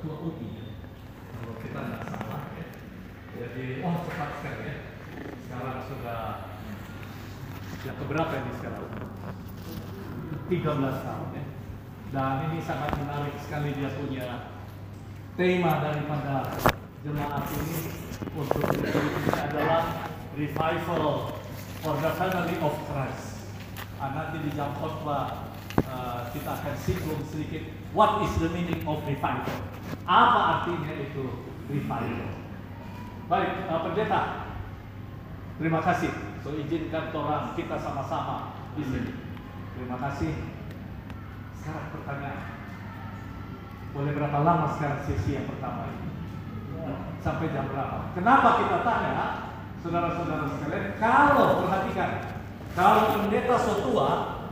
ketua UTI ya. Kalau kita nggak salah ya. Jadi, cepat sekali ya. Sekarang sudah yang keberapa ini sekarang? 13 tahun ya. Dan ini sangat menarik sekali dia punya tema daripada jemaat ini untuk ini adalah revival for the family of Christ. Nanti di jam khotbah kita akan singgung sedikit what is the meaning of revival. Apa artinya itu revival? Baik, pendeta, terima kasih. So izinkan orang kita sama-sama di sini. Terima kasih. Sekarang pertanyaan, boleh berapa lama sekarang sesi yang pertama ini? Sampai jam berapa? Kenapa kita tanya, saudara-saudara sekalian? Kalau perhatikan, kalau pendeta sotua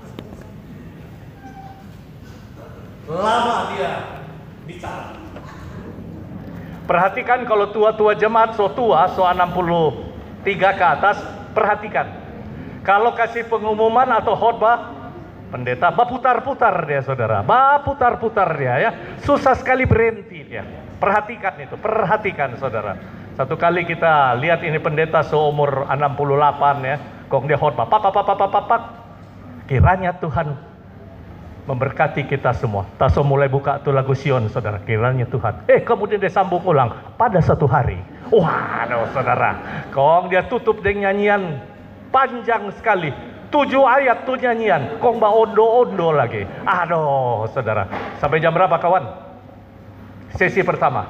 lama dia bicara. Perhatikan kalau tua-tua jemaat sotua, 63 ke atas, perhatikan. Kalau kasih pengumuman atau khotbah, pendeta berputar-putar dia, saudara. Berputar-putar dia ya. Susah sekali berhenti dia. Perhatikan itu, perhatikan saudara. Satu kali kita lihat ini pendeta seumur 68 ya. Kok dia khotbah, pak. Kiranya Tuhan memberkati kita semua. Taso mulai buka tuh lagu Sion, saudara. Kiranya Tuhan. Kemudian dia sambung ulang pada satu hari. Waduh, saudara. Kong dia tutup dengan nyanyian panjang sekali. 7 ayat tuh nyanyian. Kong ba ondo-ondo lagi. Aduh, saudara. Sampai jam berapa, kawan? Sesi pertama.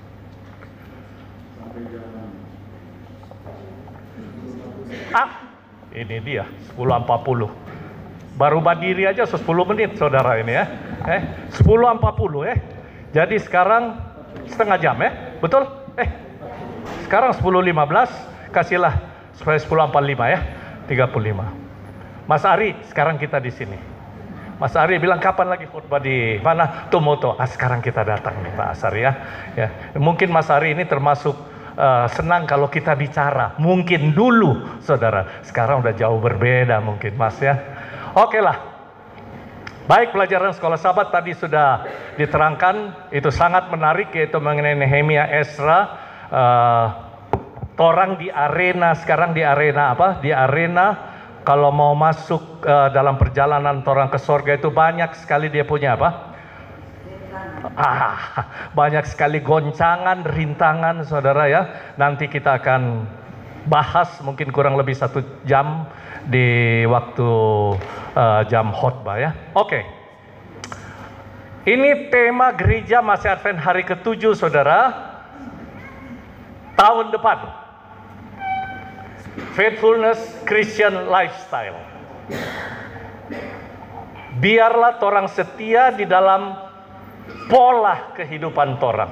Ini dia 10.40. Baru berdiri aja 10 menit saudara ini ya. 10.40 ya. Jadi sekarang setengah jam ya. Betul? Sekarang 10.15, kasihlah supaya 10.45 ya. 35. Mas Ari, sekarang kita di sini. Mas Ari bilang kapan lagi khotbah di mana? Tumoto. Sekarang kita datang nih Pak Asari ya. Mungkin Mas Ari ini termasuk senang kalau kita bicara. Mungkin dulu saudara. Sekarang udah jauh berbeda mungkin Mas ya. Oke lah. Baik, pelajaran sekolah sahabat tadi sudah diterangkan. Itu sangat menarik, yaitu mengenai Nehemia, Ezra. Torang di arena, sekarang di arena apa? Di arena kalau mau masuk dalam perjalanan torang ke sorga itu banyak sekali dia punya apa? Banyak sekali goncangan, rintangan saudara ya. Nanti kita akan bahas mungkin kurang lebih 1 jam di waktu jam khotbah ya. Oke. Ini tema gereja Masih Advent hari ke-7 saudara. Tahun depan. Faithfulness Christian Lifestyle. Biarlah torang setia di dalam pola kehidupan torang.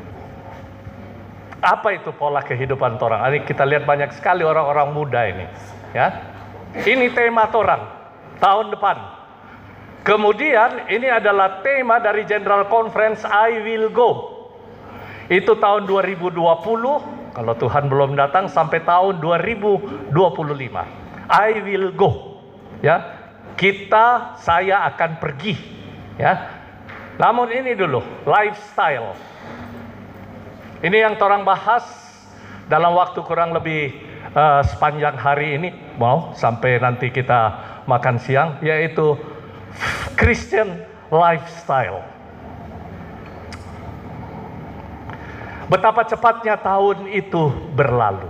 Apa itu pola kehidupan torang? Ini kita lihat banyak sekali orang-orang muda ini ya. Ini tema torang tahun depan. Kemudian ini adalah tema dari General Conference I Will Go. Itu tahun 2020. Kalau Tuhan belum datang sampai tahun 2025. I will go. Ya. Saya akan pergi. Ya. Namun ini dulu, lifestyle. Ini yang torang bahas dalam waktu kurang lebih sepanjang hari ini, mau sampai nanti kita makan siang, yaitu Christian lifestyle. Betapa cepatnya tahun itu berlalu.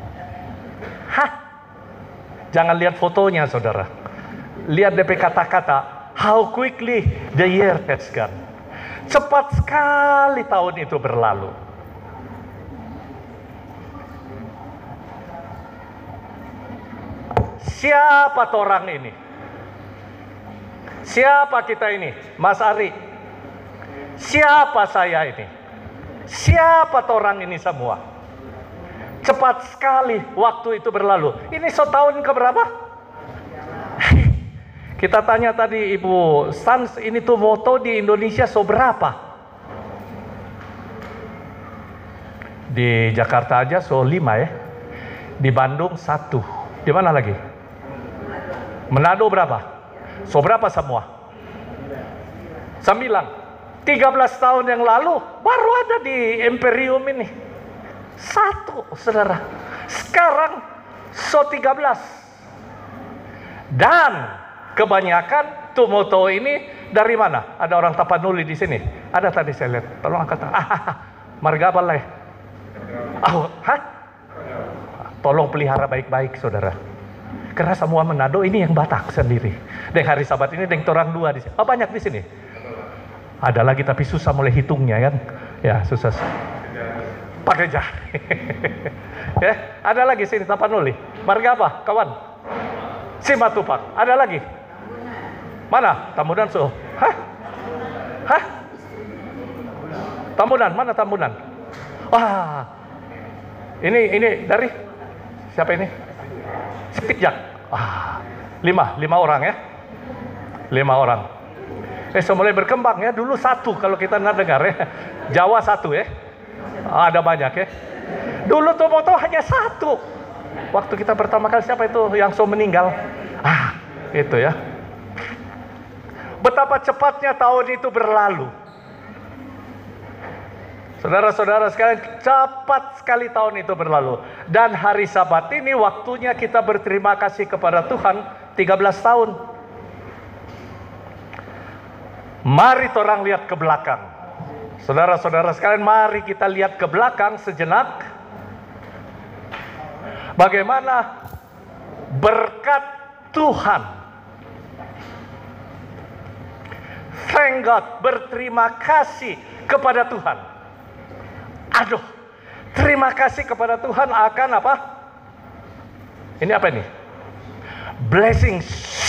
Jangan lihat fotonya saudara. Lihat DP kata-kata. How quickly the year has gone. Cepat sekali tahun itu berlalu. Siapa orang ini? Siapa kita ini? Mas Ari. Siapa saya ini? Siapa orang ini semua? Cepat sekali waktu itu berlalu. Ini tahun keberapa? Kita tanya tadi Ibu Stans, ini tuh moto di Indonesia berapa? Di Jakarta aja 5 ya. Di Bandung 1. Di mana lagi? Manado berapa? Berapa semua? 9. 13 tahun yang lalu baru ada di Imperium ini. Satu, saudara. Sekarang so 13. Dan kebanyakan Tumoto ini dari mana? Ada orang Tapanuli di sini. Ada tadi saya lihat. Tolong angkat tangan. Marga apa lah? Tolong pelihara baik-baik, saudara. Karena semua Manado ini yang Batak sendiri. Dan hari Sabat ini dengan orang dua di sini. Banyak di sini. Ada lagi tapi susah mulai hitungnya kan. Ya susah. Pakai jari. Ya, ada lagi sini Tapanuli. Marga apa, kawan? Simatupang. Ada lagi? Mana? Tambunan so. Hah? Tambunan, mana Tambunan? Wah. Ini dari siapa ini? Sepitjak. 5 orang ya. 5 orang. Mulai berkembang ya. Dulu 1 kalau kita dengar ya. Jawa 1 ya. Ada banyak ya. Dulu Tumoto hanya 1. Waktu kita pertama kali siapa itu yang meninggal? Itu ya. Betapa cepatnya tahun itu berlalu. Saudara-saudara sekalian, cepat sekali tahun itu berlalu. Dan hari Sabat ini waktunya kita berterima kasih kepada Tuhan 13 tahun. Mari orang lihat ke belakang. Saudara-saudara sekalian, mari kita lihat ke belakang sejenak. Bagaimana berkat Tuhan. Thank God, berterima kasih kepada Tuhan. Terima kasih kepada Tuhan akan apa? Ini apa ini? Blessings.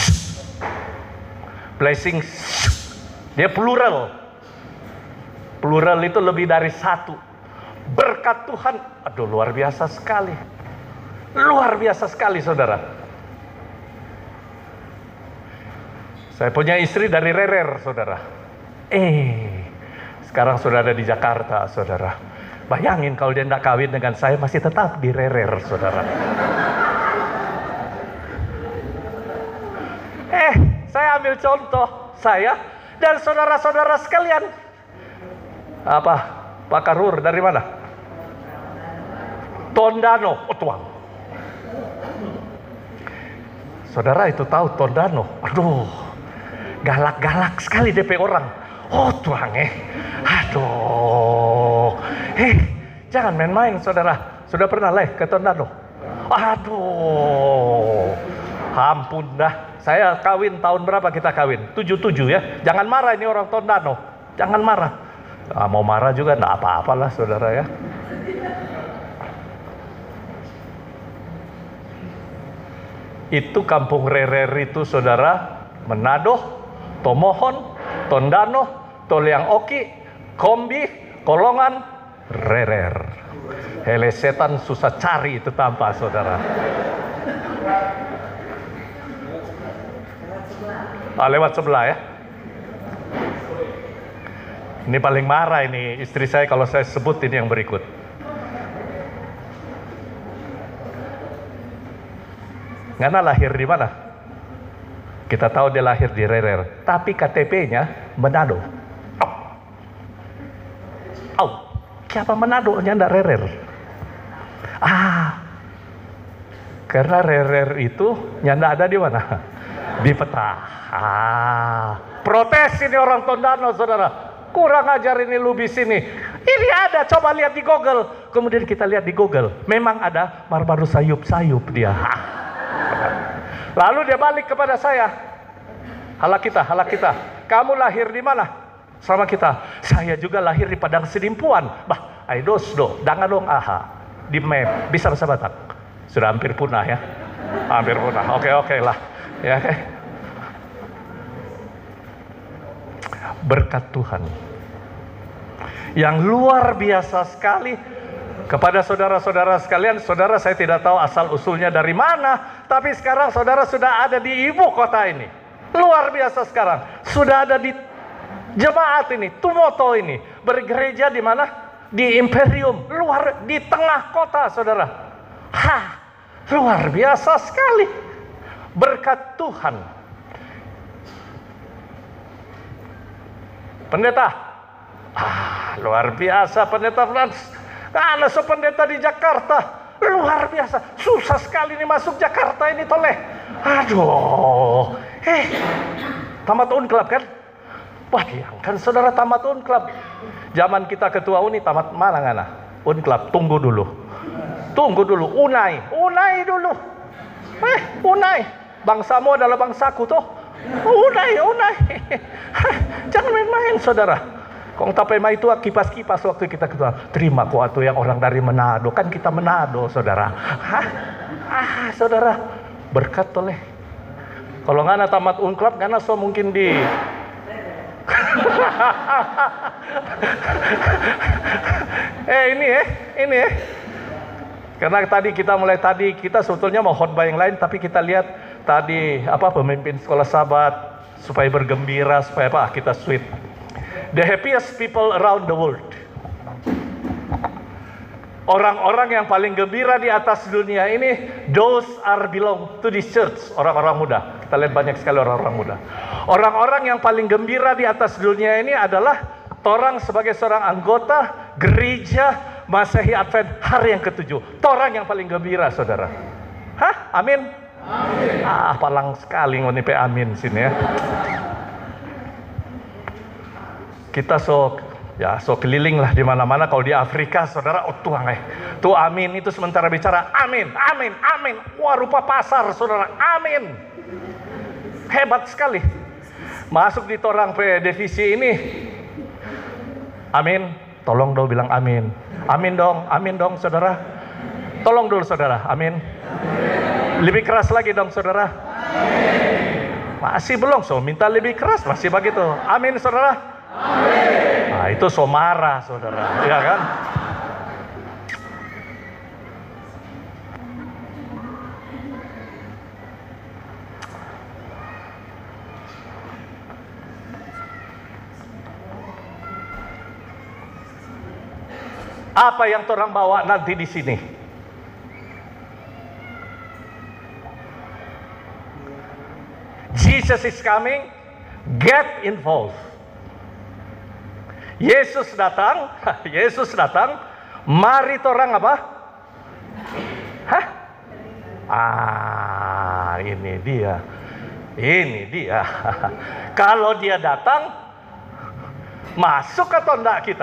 Blessings. Dia plural. Plural itu lebih dari 1. Berkat Tuhan. Luar biasa sekali. Luar biasa sekali, saudara. Saya punya istri dari Rerer, saudara. Sekarang sudah ada di Jakarta, saudara. Bayangin kalau dia tidak kawin dengan saya, masih tetap di Rerer, saudara. Saya ambil contoh saya dan saudara-saudara sekalian. Pak Karur dari mana? Tondano, Tuang. Saudara itu tahu Tondano? Galak-galak sekali DP orang. Tuang jangan main-main, saudara. Sudah pernah ke Tondano? Ampun dah. Saya kawin tahun berapa kita kawin? 77 ya. Jangan marah ini orang Tondano. Jangan marah. Mau marah juga enggak apa-apalah, saudara ya. Itu kampung Rerer itu, saudara. Manado, Tomohon, Tondano, Toliang Oki, Kombi, Kolongan, Rerer. Hele setan susah cari itu tanpa, saudara. Lewat sebelah ya. Ini paling marah ini istri saya kalau saya sebut ini yang berikut. Ngana lahir di mana? Kita tahu dia lahir di Rerer, tapi KTP-nya Manado. Siapa Manado nya ndak Rerer? Karena Rerer itu nyanda ada di mana? Di peta. Protes ini orang Tondano, saudara. Kurang ajar ini lubis ini. Ini ada, coba lihat di Google. Kemudian kita lihat di Google, memang ada baru sayup-sayup dia. Lalu dia balik kepada saya. Halak kita. Kamu lahir di mana? Sama kita. Saya juga lahir di Padang Sedimpuan. Dangan dong di map. Bisa bahasa Batak? Sudah hampir punah ya. Hampir punah. Oke lah. Ya, okay. Berkat Tuhan yang luar biasa sekali kepada saudara-saudara sekalian. Saudara, saya tidak tahu asal usulnya dari mana, tapi sekarang saudara sudah ada di ibu kota ini. Luar biasa sekarang. Sudah ada di jemaat ini, Tumoto ini. Bergereja di mana? Di Imperium. Di tengah kota, saudara. Luar biasa sekali. Berkat Tuhan. Pendeta, Luar biasa pendeta Frans. Karena pendeta di Jakarta, luar biasa. Susah sekali nih masuk Jakarta ini toleh. Aduh. Tamat Unklab kan? Bayangkan saudara, tamat Unklab. Zaman kita ketua uni tamat mana ngana? Unklab, tunggu dulu. Unai dulu. Unai. Bangsamu adalah bangsaku toh. Unai. Jangan main-main saudara. Kong tapai mai itu kipas-kipas waktu kita ketua. Terima kuatu yang orang dari Manado. Kan kita Manado saudara. Saudara. Berkat oleh. Kalau ngana tamat Unklab, ngana so mungkin di ini. Karena tadi kita sebetulnya mau khotbah yang lain, tapi kita lihat tadi pemimpin sekolah sahabat supaya bergembira, supaya kita sweet. The happiest people around the world. Orang-orang yang paling gembira di atas dunia ini, those are belong to this church. Orang-orang muda. Kita lihat banyak sekali orang-orang muda. Orang-orang yang paling gembira di atas dunia ini adalah torang sebagai seorang anggota gereja Masehi Advent hari yang ke-7. Torang yang paling gembira saudara. Amin? Amin. Palang sekali ngonipe amin sini ya. Kita so keliling lah di mana-mana. Kalau di Afrika saudara, tuh amin itu sementara bicara amin. Wah, rupa pasar saudara, amin. Hebat sekali. Masuk di torang divisi ini, amin. Tolong dong bilang amin. Amin dong saudara. Tolong dulu saudara, amin. Lebih keras lagi dong saudara. Amin. Masih belum, so minta lebih keras, masih begitu. Amin saudara. Amin. Nah, itu so marah saudara, ya kan? Apa yang orang bawa nanti di sini? Jesus is coming, get involved. Yesus datang, mari orang apa? Ini dia. Kalau dia datang, masuk atau enggak kita?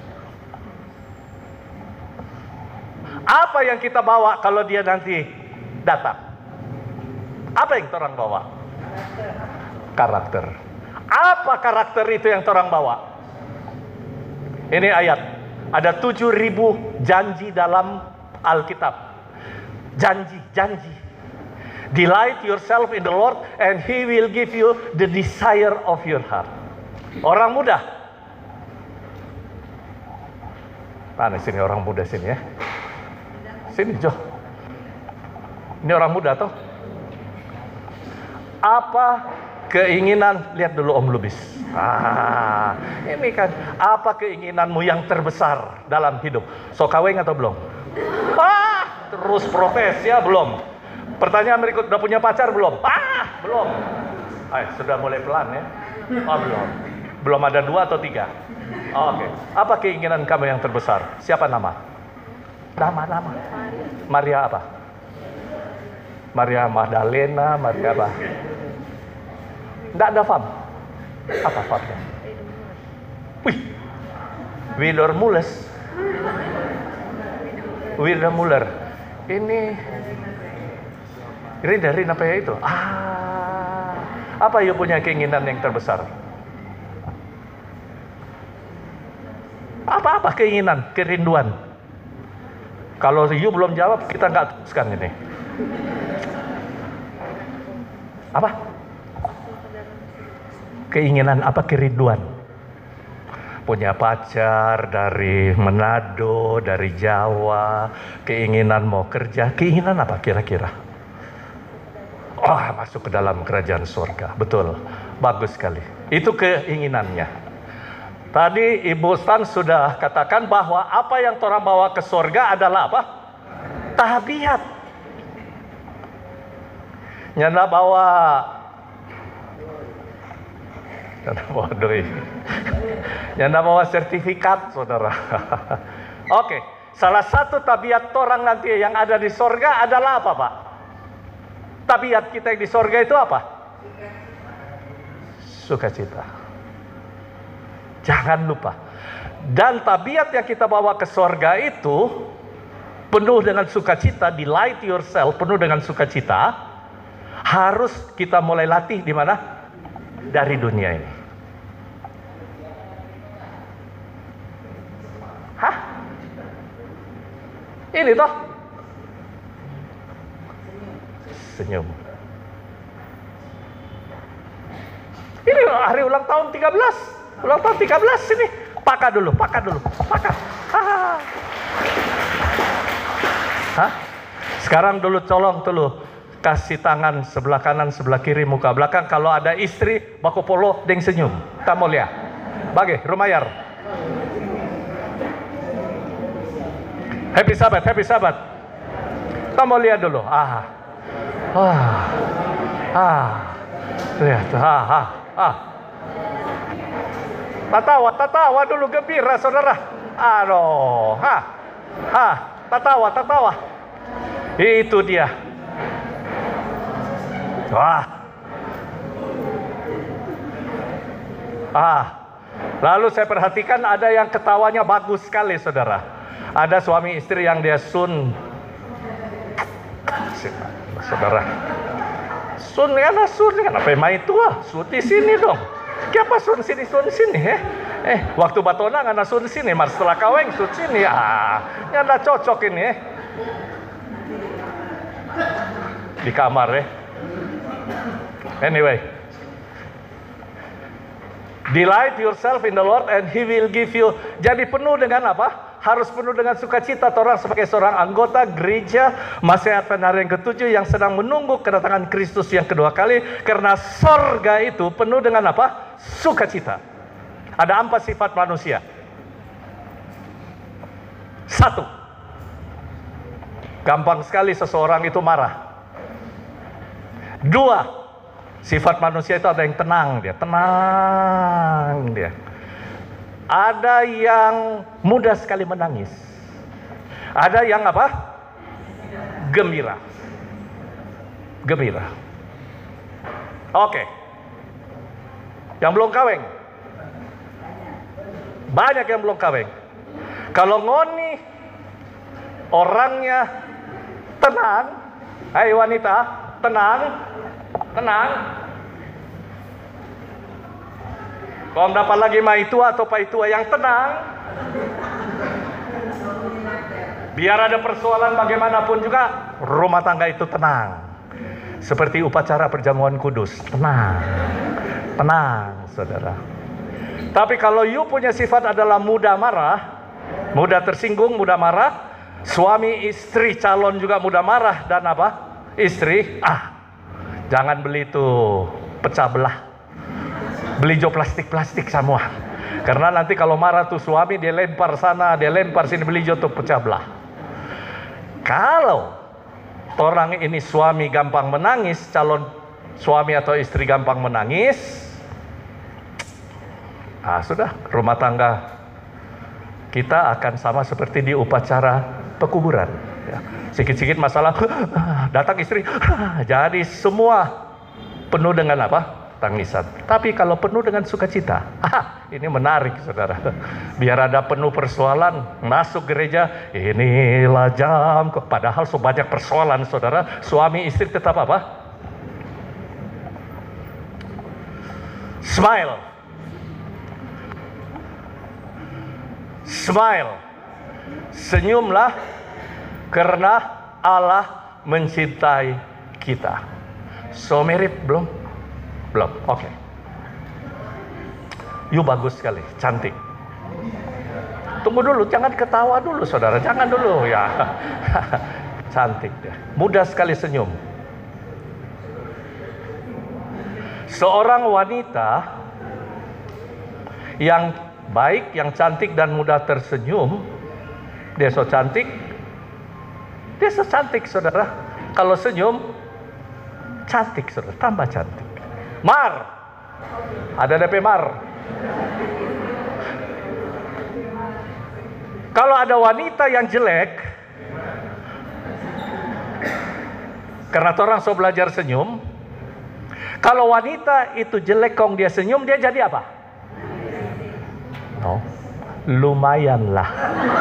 Apa yang kita bawa kalau dia nanti datang? Apa yang orang bawa? Karakter. Apa karakter itu yang orang bawa? Ini ayat. Ada 7.000 janji dalam Alkitab. Janji. Delight yourself in the Lord and He will give you the desire of your heart. Orang muda. Mana sini orang muda sini ya? Sini Jo. Ini orang muda toh? Apa keinginan? Lihat dulu Om Lubis. Ini kan apa keinginanmu yang terbesar dalam hidup? So kawin atau belum? Terus profesi ya belum. Pertanyaan berikut, udah punya pacar belum? Belum. Sudah mulai pelan ya? Belum. Belum ada 2 atau 3. Oke. Apa keinginan kamu yang terbesar? Siapa nama? Nama. Maria apa? Maria Magdalena, Maria apa? Nggak ada fam. Apa famnya? Widor Muller. Ini dari apa ya itu? Apa you punya keinginan yang terbesar? Apa keinginan, kerinduan? Kalau you belum jawab, kita nggak teruskan ini. Apa? Keinginan apa, kerinduan? Punya pacar dari Manado, dari Jawa, keinginan mau kerja, keinginan apa kira-kira? Masuk ke dalam kerajaan surga, betul, bagus sekali. Itu keinginannya. Tadi Ibu Stan sudah katakan bahwa apa yang orang bawa ke surga adalah apa? Tabiat. Nyana bawa Yang bawa doi. Yang bawa sertifikat, saudara. Oke, salah satu tabiat orang nanti yang ada di sorga adalah apa, Pak? Tabiat kita yang di sorga itu apa? Sukacita. Jangan lupa. Dan tabiat yang kita bawa ke sorga itu penuh dengan sukacita, delight yourself, penuh dengan sukacita, harus kita mulai latih di mana? Dari dunia ini. Hah? Ini toh? Senyum. Ini hari ulang tahun 13. Ulang tahun 13 sini. Paka dulu. Paka. Hah? Sekarang dulu colong dulu. Kasih tangan sebelah kanan, sebelah kiri, muka belakang. Kalau ada istri, baku polo, deng senyum. Tak mau lihat. Bagi, Rumayar. Happy Sabat. Tak mau lihat dulu. Lihat. Tatawa dulu, gembira, saudara. Aduh. Tatawa. Itu dia. Lalu saya perhatikan ada yang ketawanya bagus sekali, saudara. Ada suami istri yang dia saudara. Sun kenapa main tua? Sun di sini dong. Kenapa sun sini? Waktu batona ngana sun sini, mar setelah kaweng sun sini. Nyanda cocok ini. Di kamar Anyway, delight yourself in the Lord and He will give you. Jadi penuh dengan apa? Harus penuh dengan sukacita. Orang sebagai seorang anggota gereja Masih Advent hari yang ke-7 yang sedang menunggu kedatangan Kristus yang kedua kali. Karena sorga itu penuh dengan apa? Sukacita. Ada 4 sifat manusia. 1, gampang sekali seseorang itu marah. 2, sifat manusia itu ada yang tenang dia. Ada yang mudah sekali menangis. Ada yang apa? Gembira. Oke. Yang belum kawin. Banyak yang belum kawin. Kalau ngoni orangnya tenang, hai wanita, tenang. Kalau dapat lagi maitua atau paitua yang tenang, biar ada persoalan bagaimanapun juga, rumah tangga itu tenang. Seperti upacara perjamuan kudus, tenang, saudara. Tapi kalau you punya sifat adalah mudah marah, mudah tersinggung, mudah marah, suami istri calon juga mudah marah dan apa? Istri, jangan beli itu pecah belah. Beli jo plastik semua. Karena nanti kalau marah tuh suami dia lempar sana, dia lempar sini, beli jo tuh pecah belah. Kalau orang ini suami gampang menangis, calon suami atau istri gampang menangis, sudah rumah tangga kita akan sama seperti di upacara pekuburan. Ya. Sikit-sikit masalah, datang istri, jadi semua penuh dengan apa? Tangisan. Tapi kalau penuh dengan sukacita, ini menarik, saudara. Biar ada penuh persoalan, masuk gereja, inilah jam. Padahal sebanyak persoalan, saudara. Suami istri tetap apa? Smile. Senyumlah karena Allah mencintai kita. So mirip belum? Belum, oke. You bagus sekali, cantik. Tunggu dulu, jangan ketawa dulu, saudara. Jangan dulu, ya. Cantik dia. Mudah sekali senyum. Seorang wanita yang baik, yang cantik dan mudah tersenyum, dia so cantik, saudara. Kalau senyum, cantik, saudara. Tambah cantik. Mar, Ada DP Mar. Kalau ada wanita yang jelek, karena orang so belajar senyum, kalau wanita itu jelek kong dia senyum, dia jadi apa? No, lumayan lah.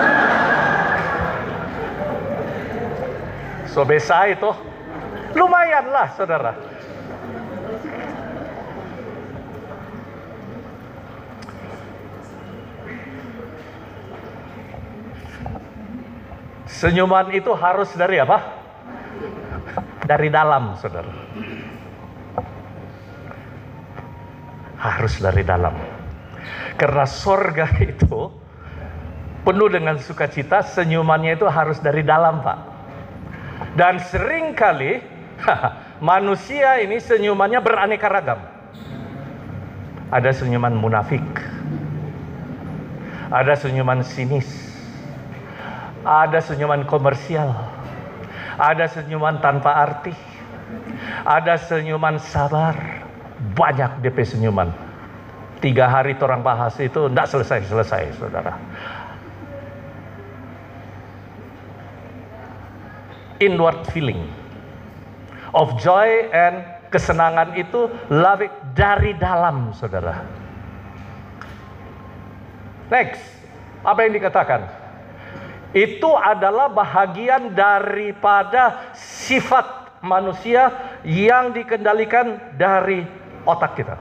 So besa itu, lumayan lah saudara. Senyuman itu harus dari apa? Dari dalam, saudara. Harus dari dalam. Karena sorga itu penuh dengan sukacita, senyumannya itu harus dari dalam, Pak. Dan seringkali manusia ini senyumannya beraneka ragam. Ada senyuman munafik, ada senyuman sinis, ada senyuman komersial, ada senyuman tanpa arti, ada senyuman sabar. Banyak DP senyuman. 3 hari orang bahas itu tidak selesai-selesai, saudara. Inward feeling of joy and kesenangan itu lebih dari dalam, saudara. Next, apa yang dikatakan? Itu adalah bahagian daripada sifat manusia yang dikendalikan dari otak kita.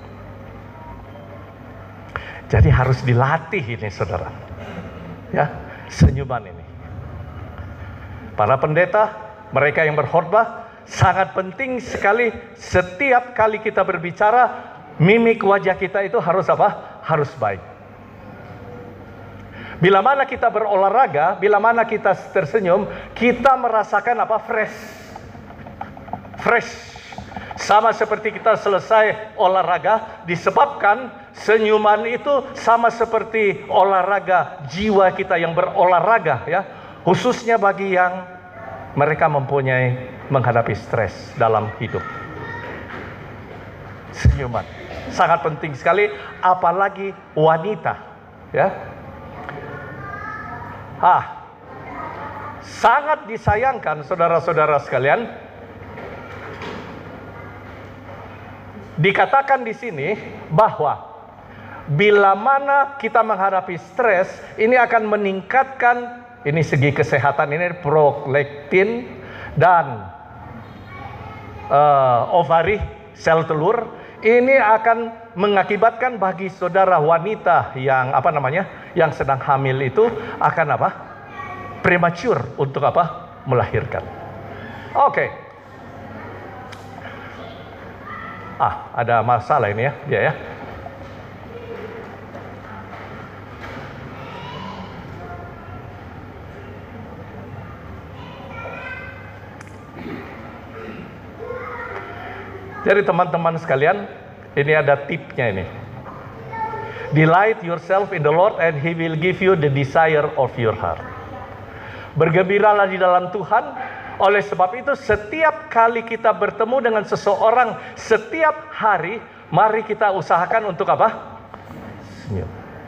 Jadi harus dilatih ini, saudara. Ya, senyuman ini. Para pendeta, mereka yang berkhotbah, sangat penting sekali setiap kali kita berbicara, mimik wajah kita itu harus apa? Harus baik. Bila mana kita berolahraga, bila mana kita tersenyum, kita merasakan apa? Fresh. Sama seperti kita selesai olahraga, disebabkan senyuman itu sama seperti olahraga jiwa kita yang berolahraga, ya. Khususnya bagi yang mereka mempunyai menghadapi stres dalam hidup. Senyuman sangat penting sekali, apalagi wanita, ya. Sangat disayangkan saudara-saudara sekalian. Dikatakan di sini bahwa bila mana kita menghadapi stres, ini akan meningkatkan ini segi kesehatan ini prolaktin dan ovari, sel telur. Ini akan mengakibatkan bagi saudara wanita yang yang sedang hamil itu akan prematur untuk melahirkan. Oke. Ada masalah ini ya. Jadi teman-teman sekalian, ini ada tipnya ini. Delight yourself in the Lord and He will give you the desire of your heart. Bergembiralah di dalam Tuhan. Oleh sebab itu setiap kali kita bertemu dengan seseorang, setiap hari, mari kita usahakan untuk senyum.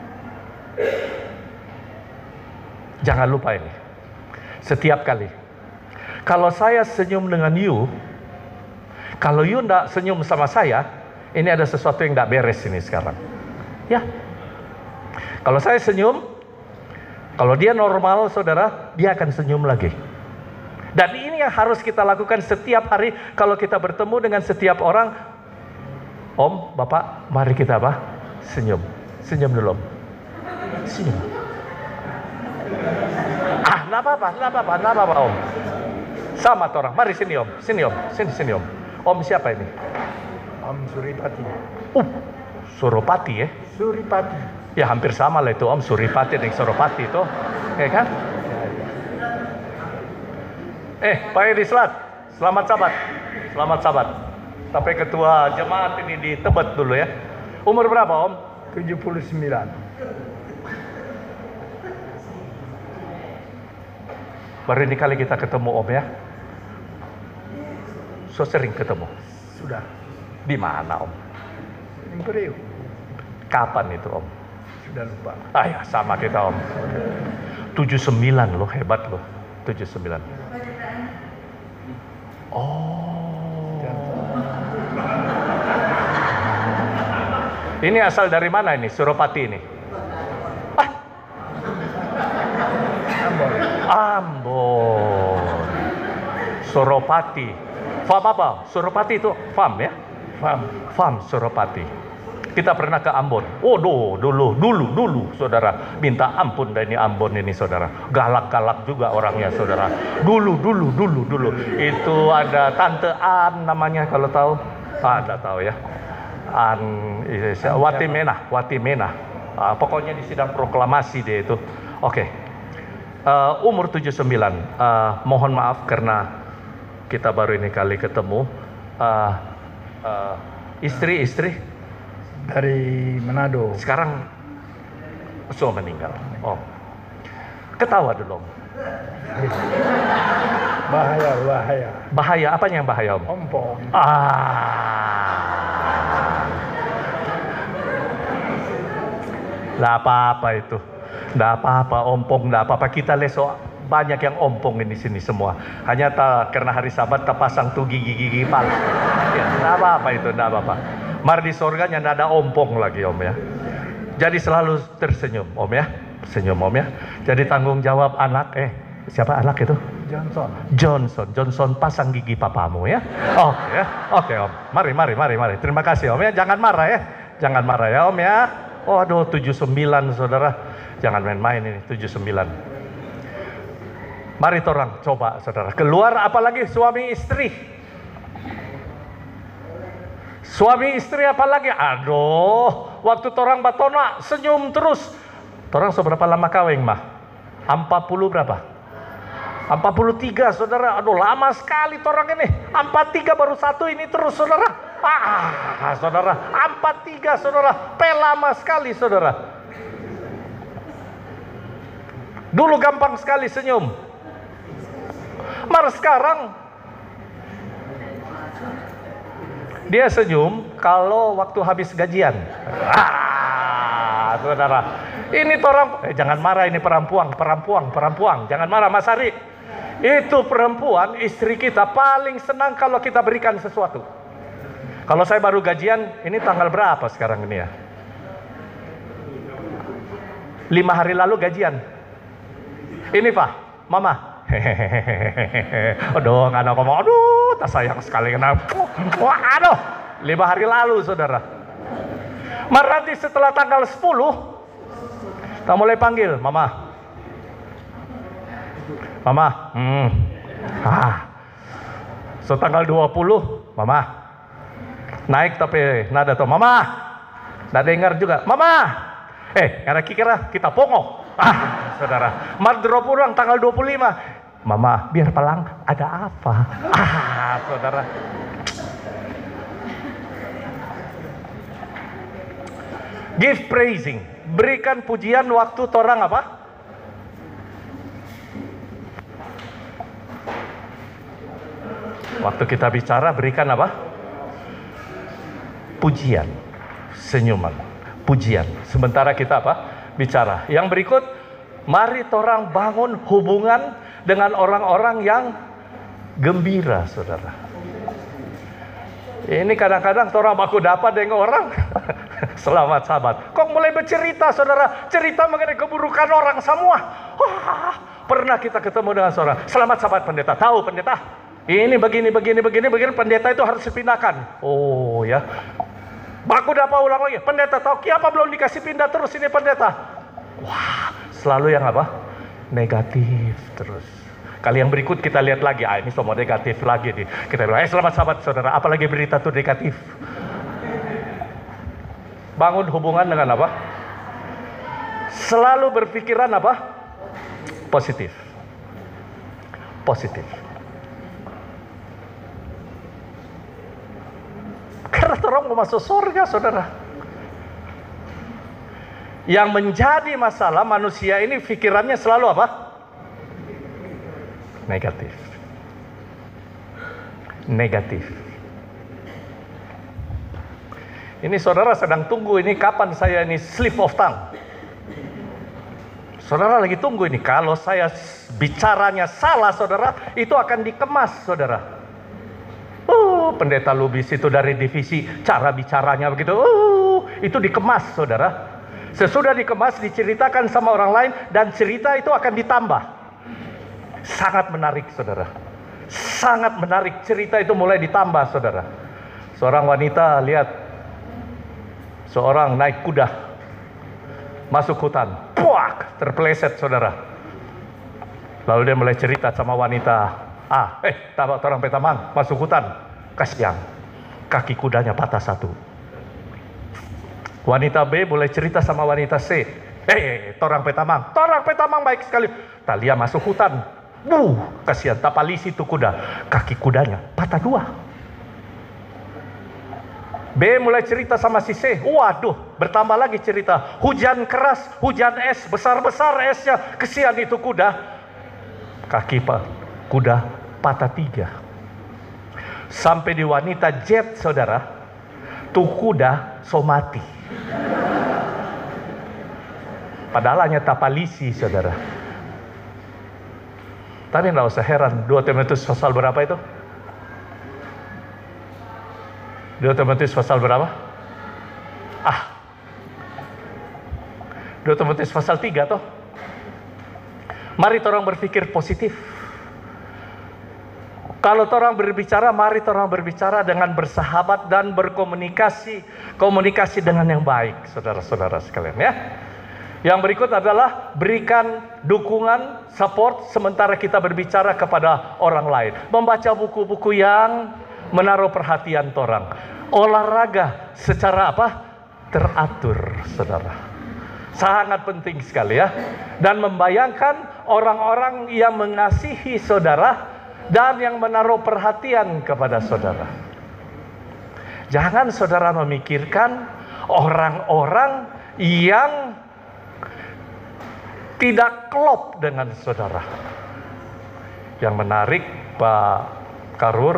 Jangan lupa ini. Setiap kali. Kalau saya senyum dengan you, kalau you tidak senyum sama saya, ini ada sesuatu yang tidak beres ini sekarang. Ya. Kalau saya senyum, kalau dia normal, saudara, dia akan senyum lagi. Dan ini yang harus kita lakukan setiap hari kalau kita bertemu dengan setiap orang. Om, Bapak, mari kita senyum. Senyum dulu, Om. Senyum. Enggak apa-apa, Om. Sama orang. Mari sini, Om. Sini, Om. Om siapa ini? Om Suripati. Suropati ya? Suripati. Ya hampir sama lah itu, Om. Suripati dan Suropati itu, ya kan? Pak Edi selamat sabat. Sampai ketua jemaat ini di Tebet dulu ya. Umur berapa, Om? 79. Baru ini kali kita ketemu, Om ya. So sering ketemu. Sudah. Di mana, Om? Priok. Kapan itu Om? Sudah lupa. Ah ya, sama kita Om. 79 loh, hebat loh. 79. Oh. Ini asal dari mana ini? Suropati ini? Ambon. Ambon. Suropati. Farm apa? Suropati itu farm ya? Farm Suropati. Kita pernah ke Ambon. Oh, dulu, saudara. Minta ampun dari Ambon ini, saudara. Galak-galak juga orangnya, saudara. Dulu. Itu ada Tante An namanya, kalau tahu. Ada tahu ya. Wati Menah. Pokoknya di sidang proklamasi dia itu. Oke. Umur 79. Mohon maaf karena kita baru ini kali ketemu. Istri Dari Manado. sekarang sudah meninggal. Oh, ketawa dulu Om. Bahaya. Bahaya, apanya yang bahaya Om? Ompong. Nggak apa-apa itu, nggak apa-apa ompong, nggak apa-apa. Kita lesok banyak yang ompong di sini semua. Hanya karena hari Sabat tak pasang tuh gigi-gigi palsu. Ya, nggak apa-apa itu, nggak apa-apa. Mar di sorganya nggak ada ompong lagi Om ya. Jadi selalu tersenyum Om ya, senyum Om ya. Jadi tanggung jawab anak, siapa anak itu? Johnson pasang gigi papamu ya. Oke Om. Mari. Terima kasih Om ya. Jangan marah ya Om ya. Oh aduh 79 saudara. Jangan main-main ini 79. Mari torang coba saudara. Keluar apalagi suami istri. Suami istri apalagi. Aduh, waktu torang batona senyum terus. Torang seberapa lama kawin mah? 40 berapa? 43 saudara. Aduh lama sekali torang ini. 43 baru satu ini terus saudara. Saudara, 43 saudara. Lama sekali saudara. Dulu gampang sekali senyum. Mar sekarang dia senyum kalau waktu habis gajian. Saudara. Ini torang, jangan marah ini perempuan. Jangan marah Mas Ari. Itu perempuan, istri kita paling senang kalau kita berikan sesuatu. Kalau saya baru gajian, ini tanggal berapa sekarang ini ya? 5 hari lalu gajian. Ini Pak, Mama. Aduh, nggak ada ngomong. Aduh, tak sayang sekali kenal. Wah, aduh, 5 hari lalu, saudara. Nanti setelah tanggal 10, kita mulai panggil, Mama. So tanggal 20, Mama. Naik tapi nada tuh, Mama. Nggak dengar juga, Mama. Karena kira kita pongo. Saudara, drop pulang tanggal 25. Mama, biar palang ada apa? Saudara. Give praising. Berikan pujian waktu torang apa? Waktu kita bicara berikan apa? Pujian. Senyuman. Pujian. Sementara kita apa? Bicara. Yang berikut, mari torang bangun hubungan dengan orang-orang yang gembira, saudara. Ini kadang-kadang torang baku dapat dengan orang. Selamat sahabat. Kok mulai bercerita, saudara? Cerita mengenai keburukan orang semua. Pernah kita ketemu dengan seorang. Selamat sahabat pendeta. Tahu pendeta? Ini begini. Pendeta itu harus dipindahkan. Oh ya. Baku dapat ulang lagi. Pendeta tahu kenapa belum dikasih pindah terus ini pendeta? Wah, selalu yang apa? Negatif terus. Kali yang berikut kita lihat lagi, ini semua negatif lagi nih. Kita bilang, selamat sahabat saudara, apalagi berita tuh negatif. Bangun hubungan dengan apa? Selalu berpikiran apa? Positif. Karena orang mau masuk surga, saudara. Yang menjadi masalah manusia ini pikirannya selalu apa? Negatif. Ini saudara sedang tunggu ini kapan saya ini slip of tongue. Saudara lagi tunggu ini. Kalau saya bicaranya salah saudara, itu akan dikemas saudara. Pendeta Lubis itu dari divisi cara bicaranya begitu. Itu dikemas saudara. Sesudah dikemas diceritakan sama orang lain dan cerita itu akan ditambah. Sangat menarik saudara. Sangat menarik, cerita itu mulai ditambah saudara. Seorang wanita lihat seorang naik kuda masuk hutan, puak, terpeleset saudara. Lalu dia mulai cerita sama wanita orang petamang masuk hutan, kasihan, kaki kudanya patah satu. Wanita B mulai cerita sama wanita C, orang petamang baik sekali. Talia masuk hutan, kasihan, tapalisi itu kuda, kaki kudanya patah dua. B mulai cerita sama si C, waduh, bertambah lagi cerita, hujan keras, hujan es, besar-besar esnya, kesian itu kuda, kaki kuda patah tiga. Sampai di wanita Z saudara, tuh kuda mati. Padahal hanya tapalisi saudara. Tapi nggak usah heran, 2 Timotius pasal berapa itu? 2 Timotius pasal berapa? 2 Timotius pasal 3 toh. Mari orang berpikir positif. Kalau orang berbicara, mari orang berbicara dengan bersahabat dan komunikasi dengan yang baik, saudara-saudara sekalian ya. Yang berikut adalah berikan dukungan, support sementara kita berbicara kepada orang lain. Membaca buku-buku yang menaruh perhatian orang. Olahraga secara teratur, saudara. Sangat penting sekali ya. Dan membayangkan orang-orang yang mengasihi saudara dan yang menaruh perhatian kepada saudara. Jangan saudara memikirkan orang-orang yang tidak klop dengan saudara. Yang menarik Pak Karur,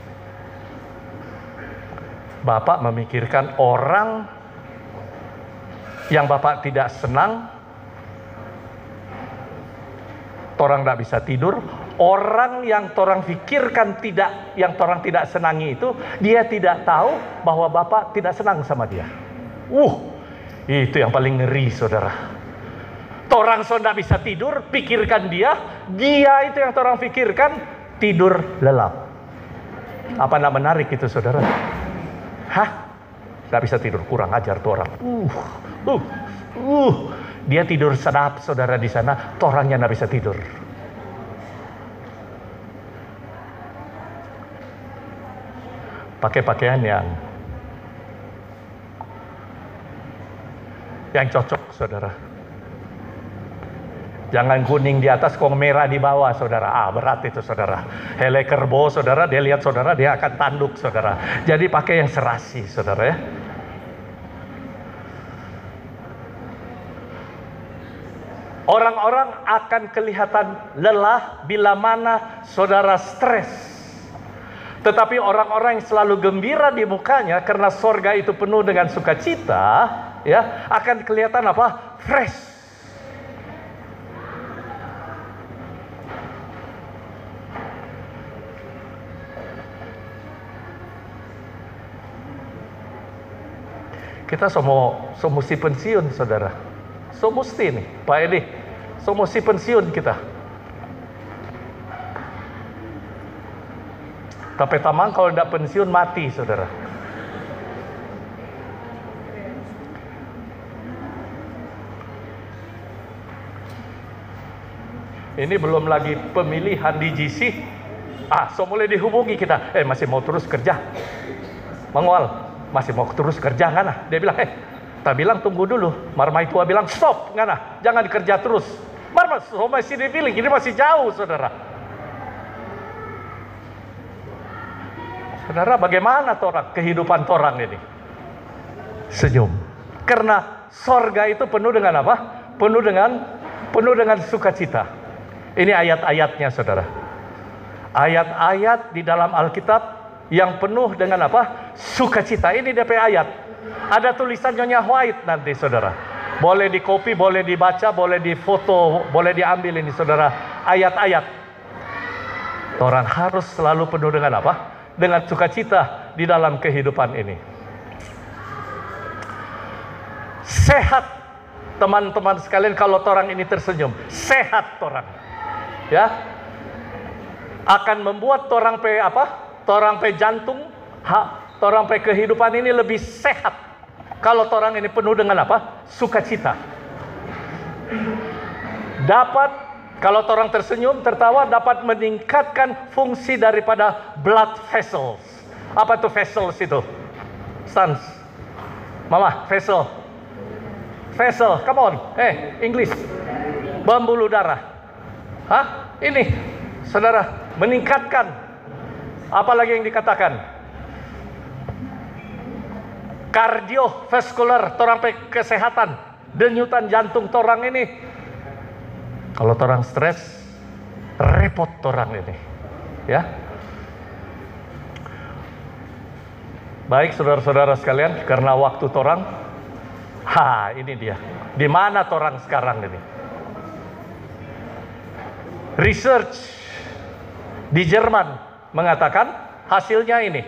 Bapak memikirkan orang yang Bapak tidak senang, orang tidak bisa tidur. Orang yang orang pikirkan yang orang tidak senangi itu, dia tidak tahu bahwa Bapak tidak senang sama dia. Itu yang paling ngeri saudara. Orang tidak bisa tidur, pikirkan dia itu yang orang pikirkan, tidur lelap. Apa tidak menarik itu saudara? Tidak bisa tidur, kurang ajar tuh orang. Dia tidur sedap saudara di sana, orangnya tidak bisa tidur. Pakai pakaian yang cocok saudara. Jangan kuning di atas, kok merah di bawah saudara. Berat itu saudara. Hele kerbau saudara, dia lihat saudara, dia akan tanduk saudara. Jadi pakai yang serasi saudara ya. Orang-orang akan kelihatan lelah bila mana saudara stres. Tetapi orang-orang yang selalu gembira di mukanya karena sorga itu penuh dengan sukacita, ya, akan kelihatan fresh. Kita semua mesti pensiun saudara. Mesti nih Pak Edi, mesti pensiun kita. Tapi tamang kalau tidak pensiun mati saudara. Ini belum lagi pemilihan di GC. Mulai dihubungi kita. Masih mau terus kerja? Mangwal, masih mau terus kerja nggak? Dia bilang, tak bilang tunggu dulu. Marmai tua bilang stop nggak? Jangan kerja terus. Masih dipilih, ini masih jauh saudara. Saudara, bagaimana kehidupan orang ini? Senyum. Karena sorga itu penuh dengan apa? Penuh dengan sukacita. Ini ayat-ayatnya saudara. Ayat-ayat di dalam Alkitab yang penuh dengan apa? Sukacita. Ini DP ayat. Ada tulisan Nyonya White nanti saudara. Boleh di copy, boleh dibaca, boleh difoto, boleh diambil ini saudara. Ayat-ayat. Orang harus selalu penuh dengan apa? Dengan sukacita di dalam kehidupan ini. Sehat teman-teman sekalian kalau orang ini tersenyum. Sehat orang. Ya. Akan membuat orang pe apa? Orang pe jantung, orang pe kehidupan ini lebih sehat. Kalau orang ini penuh dengan apa? Sukacita. Dapat, kalau orang tersenyum, tertawa, dapat meningkatkan fungsi daripada blood vessels. Apa tuh vessels itu? Sons. Mama, vessel. Vessel, come on. English. Pembuluh darah. Hah? Ini, saudara, meningkatkan. Apalagi yang dikatakan? Kardiovaskular, torang kesehatan, denyutan jantung torang ini. Kalau torang stres, repot torang ini, ya. Baik saudara-saudara sekalian, karena waktu torang, ini dia. Di mana torang sekarang ini? Research di Jerman mengatakan hasilnya ini.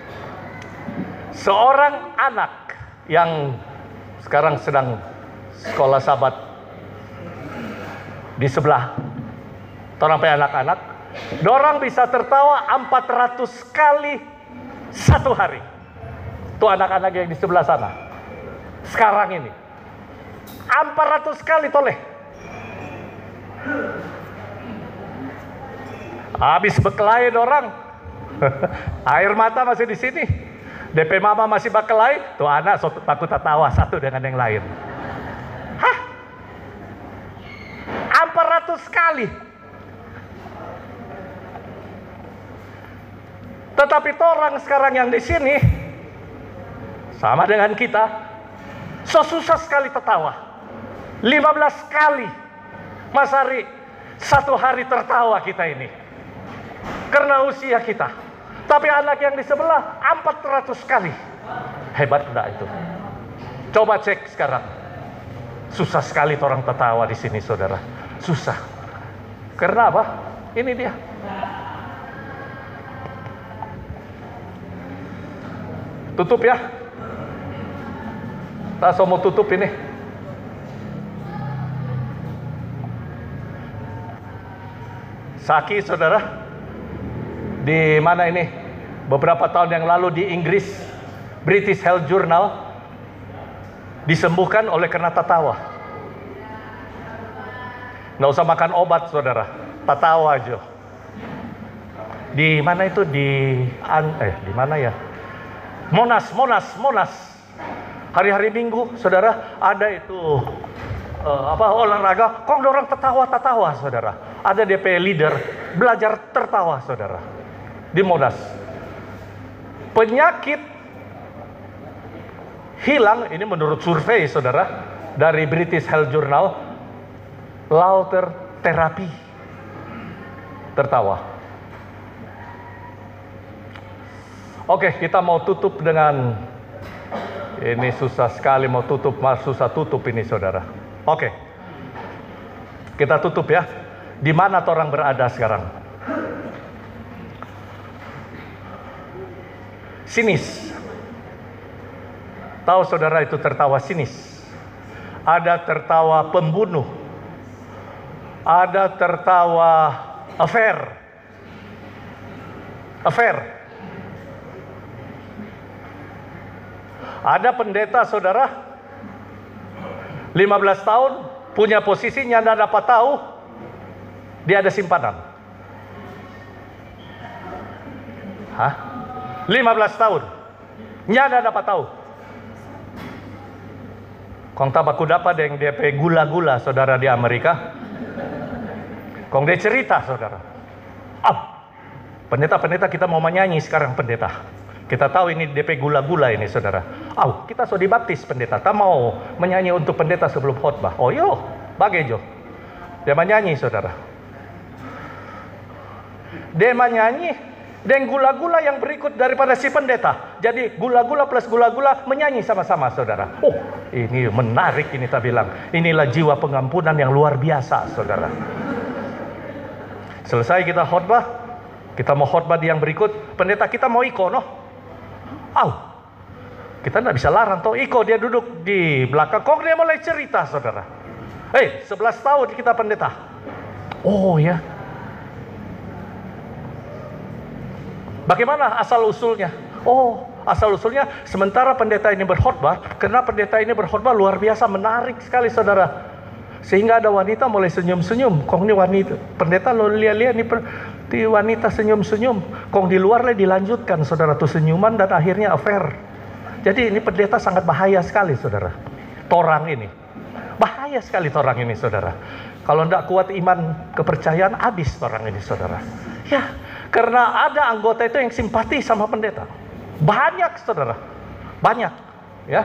Seorang anak yang sekarang sedang sekolah sahabat di sebelah orang pe anak-anak, dorang bisa tertawa 400 kali satu hari. Itu anak-anak yang di sebelah sana. Sekarang ini 400 kali toleh. Habis berkelahi dorang. Air mata masih di sini. DP mama masih berkelahi, tuh anak takut tertawa satu dengan yang lain. Hah? 400 kali. Tetapi orang sekarang yang di sini sama dengan kita, susah sekali tertawa. 15 kali Mas Ari, satu hari tertawa kita ini. Karena usia kita. Tapi anak yang di sebelah 400 kali. Hebat enggak itu? Coba cek sekarang. Susah sekali orang tertawa di sini saudara. Susah. Karena apa? Ini dia. Tutup ya. Kita mau tutup ini. Saki saudara. Di mana ini? Beberapa tahun yang lalu di Inggris, British Health Journal disembuhkan oleh karena tertawa. Nggak usah makan obat saudara, tertawa aja. Di mana itu? Di mana ya? Monas. Hari-hari Minggu saudara ada itu olahraga. Kok orang tertawa saudara. Ada DP leader belajar tertawa saudara di Monas. Penyakit hilang, ini menurut survei saudara dari British Health Journal, laughter terapi, tertawa. Oke, kita mau tutup dengan ini. Susah sekali mau tutup, susah tutup ini saudara. Oke, kita tutup ya. Di mana orang berada sekarang? Sinis. Tahu saudara itu tertawa sinis. Ada tertawa pembunuh. Ada tertawa affair. Ada pendeta saudara 15 tahun punya posisinya, tidak dapat tahu dia ada simpanan. 15 tahun nyada dapat tahu. Kong tabaku dapat yang DP gula-gula saudara di Amerika. Kong dia cerita saudara. Pendeta kita mau menyanyi sekarang pendeta. Kita tahu ini DP gula-gula ini saudara. Kita sudah dibaptis pendeta. Kita mau menyanyi untuk pendeta sebelum khotbah. Oh yo, bagejo. Dia menyanyi saudara. Dia menyanyi Dan gula-gula yang berikut daripada si pendeta. Jadi gula-gula plus gula-gula menyanyi sama-sama, saudara. Oh, ini menarik ini, tak bilang. Inilah jiwa pengampunan yang luar biasa, saudara. Selesai kita khotbah, kita mau khotbah di yang berikut. Pendeta kita mau iko, noh. Kita nggak bisa larang, toh iko dia duduk di belakang. Kok dia mulai cerita, saudara. 11 tahun kita pendeta. Oh ya. Bagaimana asal usulnya? Oh, asal usulnya sementara pendeta ini berkhotbah, karena pendeta ini berkhotbah luar biasa menarik sekali, saudara. Sehingga ada wanita mulai senyum-senyum. Kong ini wanita, pendeta lo lihat-lihat nih wanita senyum-senyum. Kong di luar dilanjutkan, saudara, tuh senyuman dan akhirnya affair. Jadi ini pendeta sangat bahaya sekali, saudara. Torang ini bahaya sekali, torang ini, saudara. Kalau tidak kuat iman kepercayaan, habis torang ini, saudara. Ya, karena ada anggota itu yang simpati sama pendeta. Banyak, saudara. Banyak. Ya.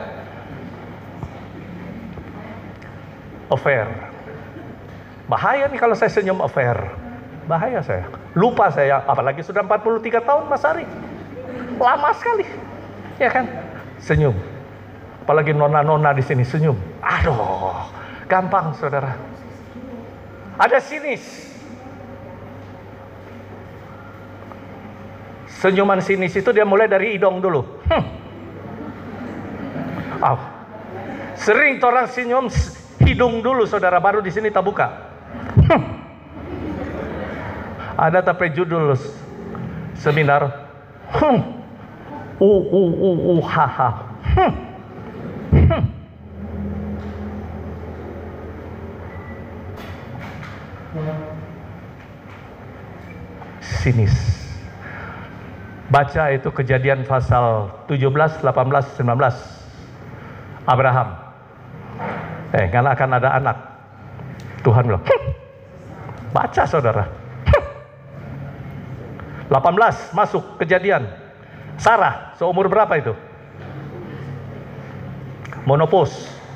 Affair. Bahaya nih kalau saya senyum affair. Bahaya saya. Lupa saya. Apalagi sudah 43 tahun, Mas Ari. Lama sekali. Ya kan? Senyum. Apalagi nona-nona di sini senyum. Aduh. Gampang, saudara. Ada sinis. Senyuman sinis itu dia mulai dari hidung dulu. Sering orang senyum hidung dulu, saudara, baru di sini tak buka. Ada tapi judul seminar. Haha. Sinis. Baca itu Kejadian pasal 17, 18, 19. Abraham. Karena akan ada anak. Tuhan bilang, baca, saudara. 18 masuk Kejadian. Sarah seumur berapa itu? Monopos.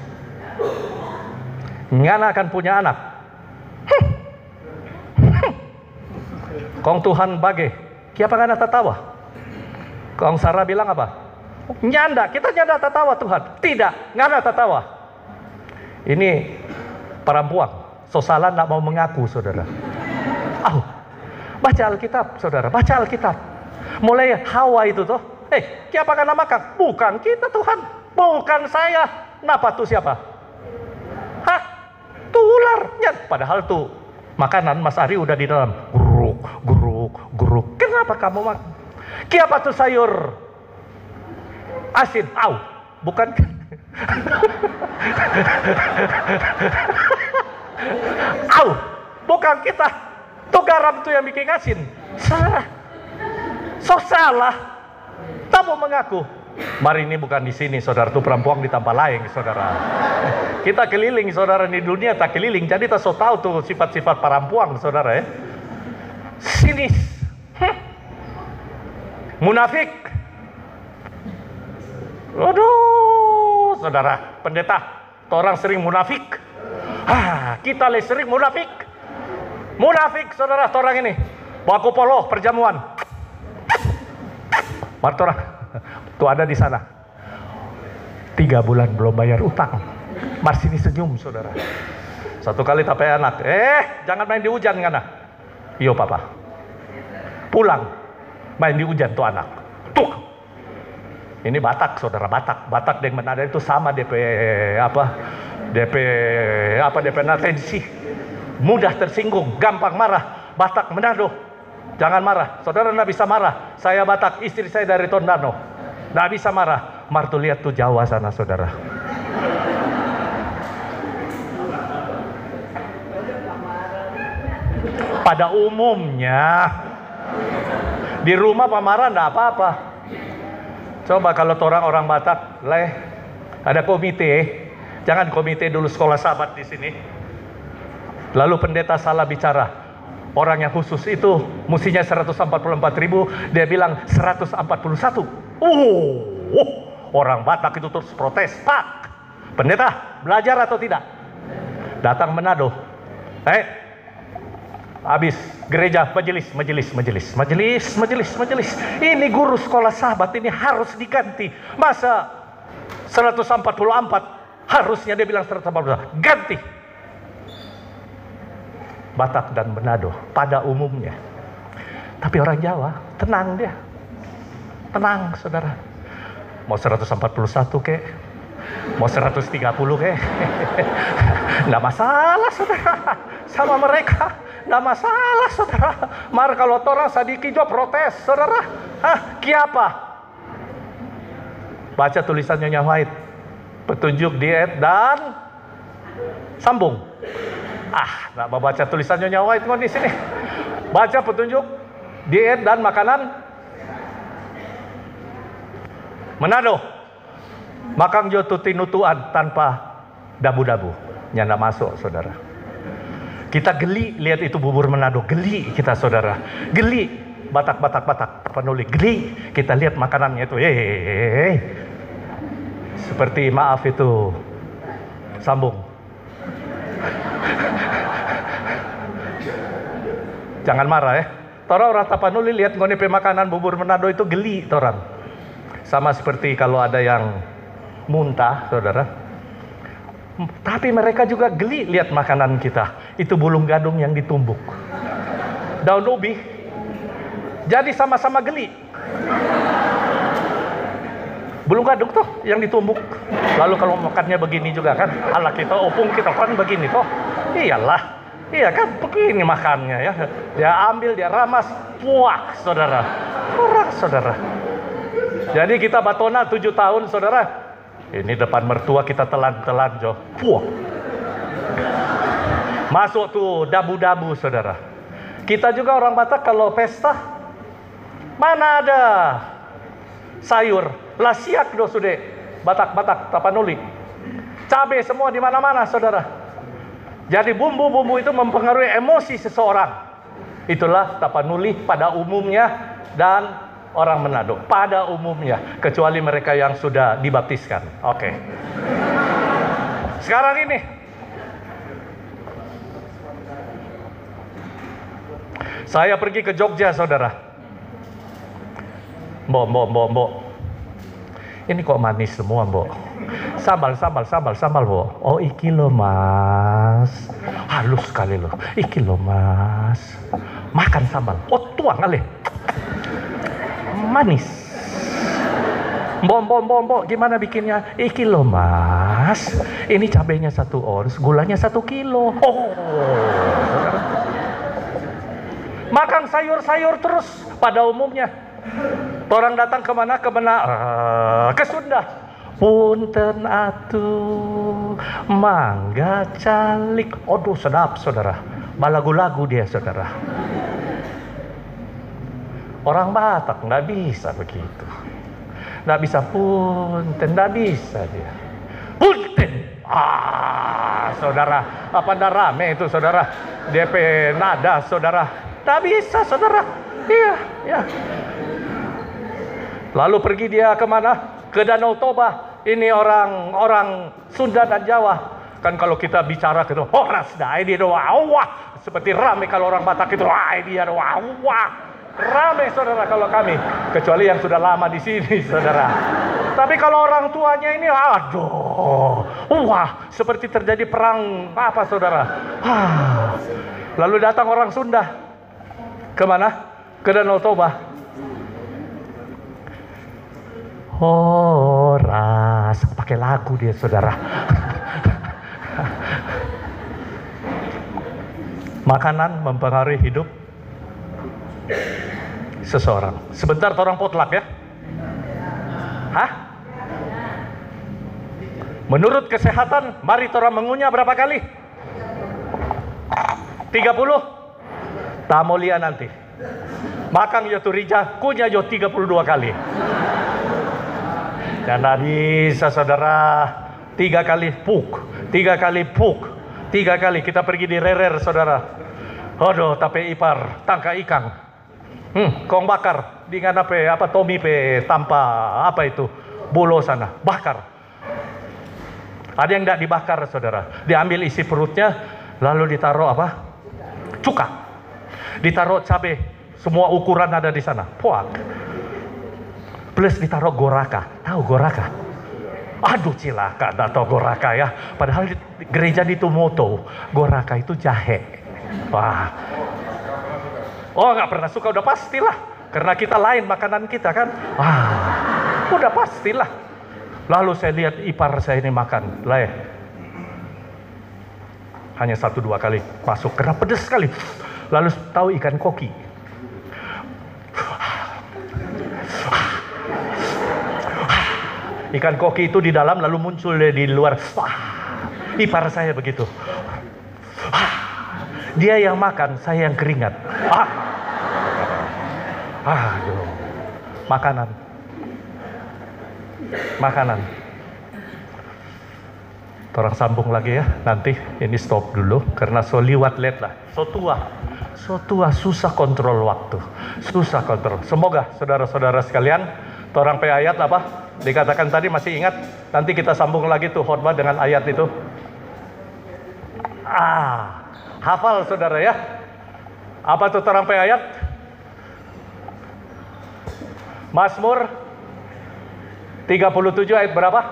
Ngana akan punya anak. Kong Tuhan bage. Kiapa ngana tertawa? Kong Sarah bilang apa? Nyanda, kita nyanda tertawa Tuhan. Tidak, ngana tertawa. Ini perempuan, sosalan tidak mau mengaku, saudara. Baca Alkitab, saudara, baca Alkitab. Mulai Hawa itu tuh, kiapa ngana makan? Bukan kita Tuhan, bukan saya. Napa tuh siapa? Hah? Tuh ular. Padahal tuh makanan Mas Ari udah di dalam. Guruk. Kenapa kamu makan? Kiapa tuh sayur asin? Bukan. Bukan kita. Tuh garam tuh yang bikin asin. Salah. Salah. Tak mau mengaku. Mari ini bukan di sini, saudara, tuh perempuan di tempat lain, saudara. Kita keliling, saudara, di dunia tak keliling. Jadi tak so tahu tuh sifat-sifat perempuan, saudara, ya. Sinis. Munafik. Aduh, saudara, pendeta, orang sering munafik. Kita sering munafik. Munafik, saudara, orang ini. Baku poloh perjamuan. Martora, tuh ada di sana. 3 bulan belum bayar utang. Masih senyum, saudara. Satu kali tape anak. Jangan main di hujan, ngana. Iyo, papa. Pulang. Main di hujan tuh anak. Tuh. Ini Batak, saudara, Batak. Batak dengan Manado itu sama DP natensi. Mudah tersinggung, gampang marah. Batak Manado. Jangan marah. Saudara nggak bisa marah. Saya Batak, istri saya dari Tondano. Nggak bisa marah. Martu lihat tuh Jawa sana, saudara. Pada umumnya di rumah pamarah nggak apa-apa. Coba kalau orang Batak, ada komite. Jangan komite dulu sekolah sahabat di sini. Lalu pendeta salah bicara. Orang yang khusus itu mestinya 144.000, dia bilang 141. Orang Batak itu terus protes. Pak, pendeta belajar atau tidak? Datang Manado. Habis gereja, majelis. Ini guru sekolah sahabat ini harus diganti. Masa 144 harusnya dia bilang 144, ganti. Batak dan Manado pada umumnya. Tapi orang Jawa tenang dia. Tenang saudara. Mau 141 kek, mau 130 kek, nggak masalah saudara. Sama mereka nggak masalah saudara. Mar kalau orang sadiki jo protes saudara. Kiapa? Baca tulisannya Nyonya White, petunjuk diet dan sambung. Nggak mau baca tulisannya Nyonya White di sini. Baca petunjuk diet dan makanan Manado. Makang jo tutinutuan tanpa dabu-dabu. Nyanda masuk saudara. Kita geli lihat itu bubur Manado, geli kita saudara. Geli Batak penuli, geli kita lihat makanannya itu. Seperti maaf itu sambung. Jangan marah ya. Torang orang Tapanuli lihat ngone makanan bubur Manado itu geli torang. Sama seperti kalau ada yang muntah saudara. Tapi mereka juga geli lihat makanan kita. Itu bulung gadung yang ditumbuk. Daun ubi. Jadi sama-sama geli. Bulung gadung tuh yang ditumbuk. Lalu kalau makannya begini juga kan. Ala kita opung kita kan begini toh. Iyalah. Iya kan begini makannya ya. Dia ambil, dia ramas. Puak saudara. Orang saudara. Jadi kita batona 7 tahun saudara. Ini depan mertua kita telan-telan jo. Puak. Masuk tuh dabu-dabu saudara. Kita juga orang Batak kalau pesta. Mana ada sayur. Lasiak do sude. Batak Tapanuli. Cabe semua di mana-mana saudara. Jadi bumbu-bumbu itu mempengaruhi emosi seseorang. Itulah Tapanuli pada umumnya dan orang Manado pada umumnya, kecuali mereka yang sudah dibaptiskan. Oke. Sekarang ini saya pergi ke Jogja saudara. Mbok. Ini kok manis semua mbok. Sambal mbok. Oh iki lo mas. Halus sekali lo. Iki lo mas. Makan sambal. Oh tuang kali. Manis. Mbok, gimana bikinnya? Iki lo mas. Ini cabenya 1 ons, gulanya 1 kilo. Makan sayur-sayur terus pada umumnya. Orang datang kemana? Ke Sunda. Punten atuh, mangga calik. Aduh sedap saudara. Balagu-lagu dia saudara. Orang Batak nggak bisa begitu. Nggak bisa punten, nggak bisa dia. Punten! Saudara. Apa ndak rame itu saudara? DP nada saudara. Nggak bisa saudara. Iya. Lalu pergi dia kemana? Ke Danau Toba. Ini orang Sunda dan Jawa. Kan kalau kita bicara gitu, ras dah dia wah. Seperti rame kalau orang Batak itu, dia wah. Ramai saudara kalau kami, kecuali yang sudah lama di sini saudara. Tapi kalau orang tuanya ini, seperti terjadi perang apa saudara. Lalu datang orang Sunda, kemana? Ke Danau Toba. Horas, pakai lagu dia saudara. Makanan mempengaruhi hidup seseorang. Sebentar orang potluck ya. Menurut kesehatan, mari orang mengunyah berapa kali? 30? Tamolia nanti. Makang yo turija, kunyah yo 32 kali. Dan bisa saudara. 3 kali puk. 3 kali puk. 3 kali kita pergi di rerer saudara. Aduh, tape ipar, tangka ikan. Kong bakar dengan apa tomi tanpa apa itu bolo sana bakar. Ada yang tidak dibakar saudara, diambil isi perutnya lalu ditaruh apa? Cuka. Ditaruh cabai, semua ukuran ada di sana. Puak. Plus ditaruh goraka. Tahu goraka? Aduh cilaka, nggak tahu goraka ya. Padahal di gereja di Tumoto, goraka itu jahe. Wah. Oh nggak pernah suka, udah pastilah. Karena kita lain makanan kita kan. Wah, udah pastilah. Lalu saya lihat ipar saya ini makan. Lah ya. Hanya 1-2 kali masuk, karena pedas sekali. Lalu tahu ikan koki. Ikan koki itu di dalam lalu muncul di luar. Ipar saya begitu. Dia yang makan, saya yang keringat. Aduh. Makanan. Orang sambung lagi ya, nanti ini stop dulu karena so liwat let lah. So tua susah kontrol waktu. Susah kontrol. Semoga saudara-saudara sekalian, orang pe ayat apa? Dikatakan tadi masih ingat, nanti kita sambung lagi tuh khotbah dengan ayat itu. Hafal saudara ya. Apa tuh orang pe ayat? Mazmur 37 ayat berapa?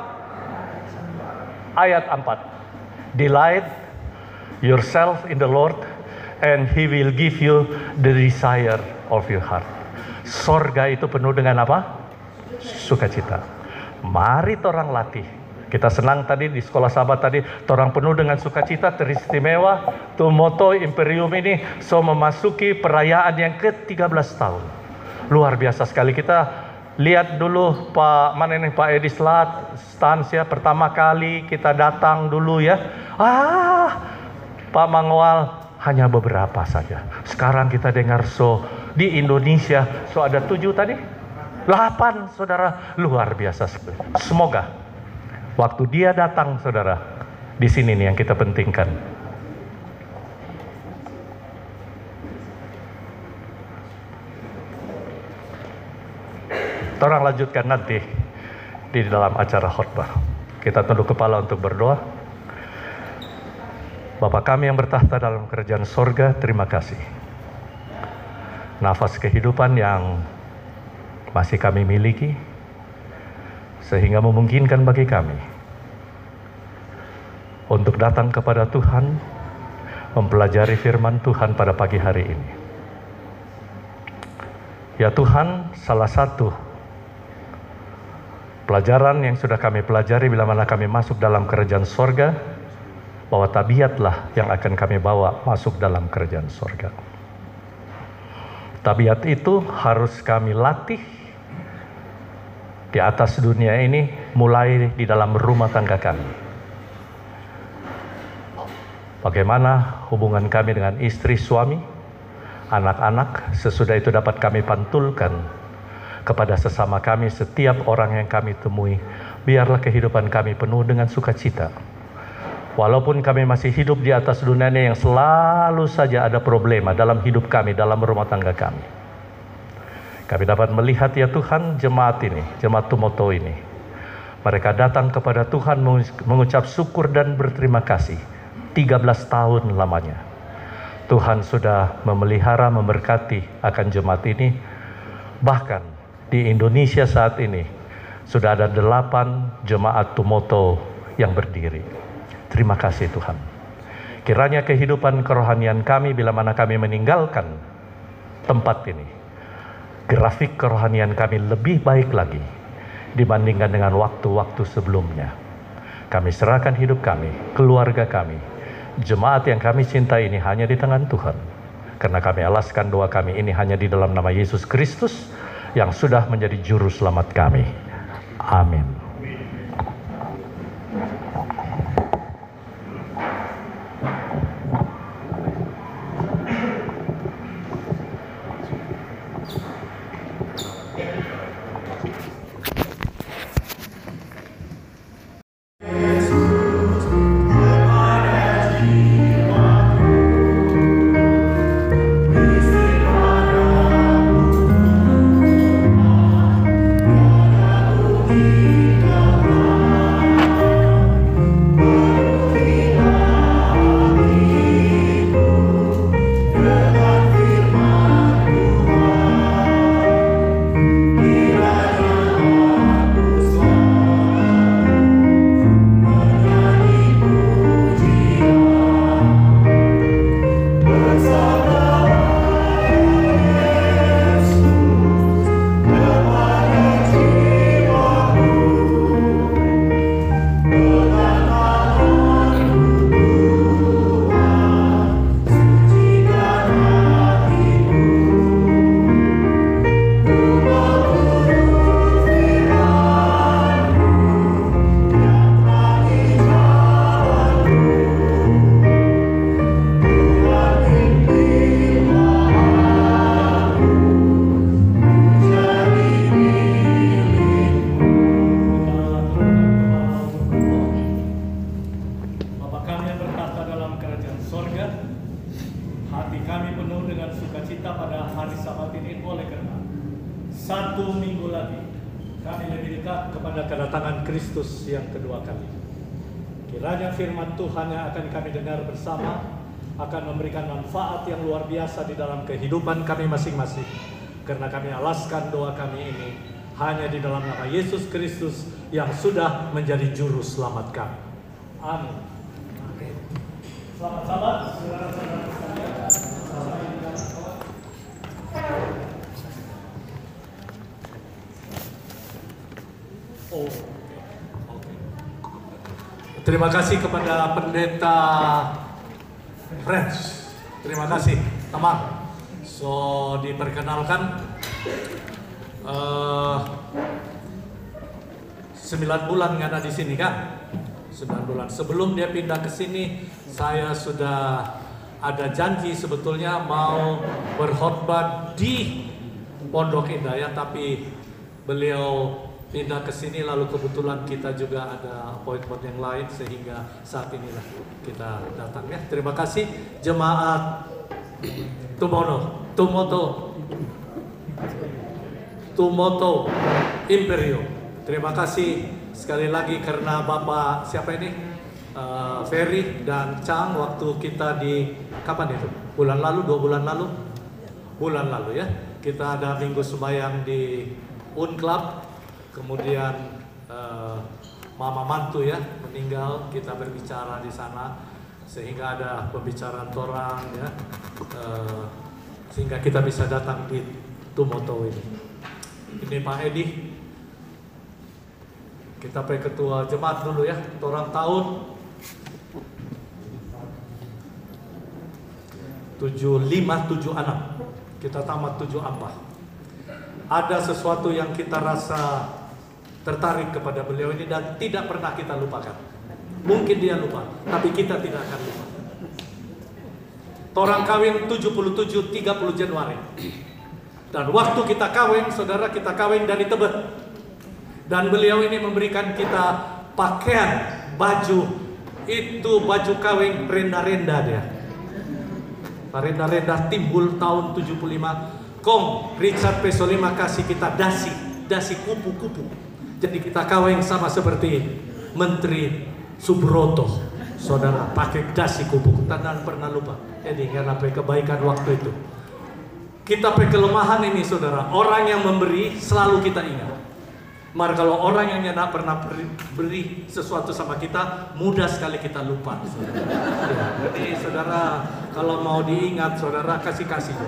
Ayat 4. Delight yourself in the Lord and He will give you the desire of your heart. Sorga itu penuh dengan apa? Sukacita. Mari torang latih. Kita senang tadi di sekolah sahabat tadi, torang penuh dengan sukacita teristimewa. Tumoto Imperium ini so memasuki perayaan yang ke-13 tahun. Luar biasa sekali. Kita lihat dulu Pak Edi Stans ya, pertama kali kita datang dulu ya. Pak Mangwal hanya beberapa saja. Sekarang kita dengar di Indonesia ada 7 tadi. 8 saudara, luar biasa sekali. Semoga waktu dia datang saudara, di sini nih yang kita pentingkan. Orang lanjutkan nanti di dalam acara khotbah. Kita tunduk kepala untuk berdoa. Bapa kami yang bertahta dalam kerajaan sorga, terima kasih. Nafas kehidupan yang masih kami miliki, sehingga memungkinkan bagi kami untuk datang kepada Tuhan, mempelajari firman Tuhan pada pagi hari ini. Ya Tuhan, salah satu pelajaran yang sudah kami pelajari bila mana kami masuk dalam kerajaan sorga, bahwa tabiatlah yang akan kami bawa masuk dalam kerajaan sorga. Tabiat itu harus kami latih di atas dunia ini, mulai di dalam rumah tangga kami. Bagaimana hubungan kami dengan istri, suami, anak-anak, sesudah itu dapat kami pantulkan kepada sesama kami, setiap orang yang kami temui. Biarlah kehidupan kami penuh dengan sukacita. Walaupun kami masih hidup di atas dunia ini yang selalu saja ada problema dalam hidup kami, dalam rumah tangga kami. Kami dapat melihat ya Tuhan jemaat ini, jemaat Tumoto ini. Mereka datang kepada Tuhan mengucap syukur dan berterima kasih. 13 tahun lamanya. Tuhan sudah memelihara, memberkati akan jemaat ini. Bahkan di Indonesia saat ini sudah ada 8 jemaat Tumoto yang berdiri. Terima kasih Tuhan. Kiranya kehidupan kerohanian kami bila mana kami meninggalkan tempat ini, grafik kerohanian kami lebih baik lagi dibandingkan dengan waktu-waktu sebelumnya. Kami serahkan hidup kami, keluarga kami, jemaat yang kami cintai ini hanya di tangan Tuhan. Karena kami alaskan doa kami ini hanya di dalam nama Yesus Kristus yang sudah menjadi juru selamat kami. Amin. Amen. kami penuh dengan sukacita pada hari Sabat ini oleh karena 1 minggu lagi kami lebih dekat kepada kedatangan Kristus yang kedua kali. Kiranya firman Tuhan yang akan kami dengar bersama akan memberikan manfaat yang luar biasa di dalam kehidupan kami masing-masing. Karena kami alaskan doa kami ini hanya di dalam nama Yesus Kristus yang sudah menjadi juru selamat kami. Amin. Selamat Sabat, saudara-saudara sekalian. Terima kasih kepada Pendeta Friends. Terima kasih teman. So diperkenalkan 9 bulan nggak ada di sini kan? 9 bulan. Sebelum dia pindah ke sini, saya sudah ada janji sebetulnya mau berkhotbah di Pondok Indah ya, tapi beliau pindah ke sini lalu kebetulan kita juga ada appointment yang lain sehingga saat inilah kita datang ya. Terima kasih jemaat Tumoto Imperio. Terima kasih sekali lagi karena Bapak siapa ini? Ferry dan Chang waktu kita di kapan itu? Bulan lalu, 2 bulan lalu? Bulan lalu ya. Kita ada minggu sembahyang di Unclub. Kemudian Mama Mantu ya meninggal, kita berbicara di sana sehingga ada pembicaraan orang ya, sehingga kita bisa datang di Tumoto ini. Ini Pak Edi, kita pakai ketua jemaat dulu ya, orang tahun 7576, kita tamat 7 ampah. Ada sesuatu yang kita rasa tertarik kepada beliau ini dan tidak pernah kita lupakan. Mungkin dia lupa, tapi kita tidak akan lupa. Torang kawin 77 30 Januari. Dan waktu kita kawin, saudara, kita kawin dari Tebet. Dan beliau ini memberikan kita pakaian, baju. Itu baju kawin renda-renda dia. Renda-renda timbul tahun 75. Kong Richard Pesolima kasih kita dasi kupu-kupu. Jadi kita kawin sama seperti Menteri Subroto, saudara, pakai dasi kupu-kupu. Tangan pernah lupa. Jadi karena kebaikan waktu itu. Kita pakai kelemahan ini, saudara. Orang yang memberi selalu kita ingat. Mar kalau orang yang tidak pernah beri sesuatu sama kita, mudah sekali kita lupa, saudara. Ya, jadi saudara kalau mau diingat, saudara kasih.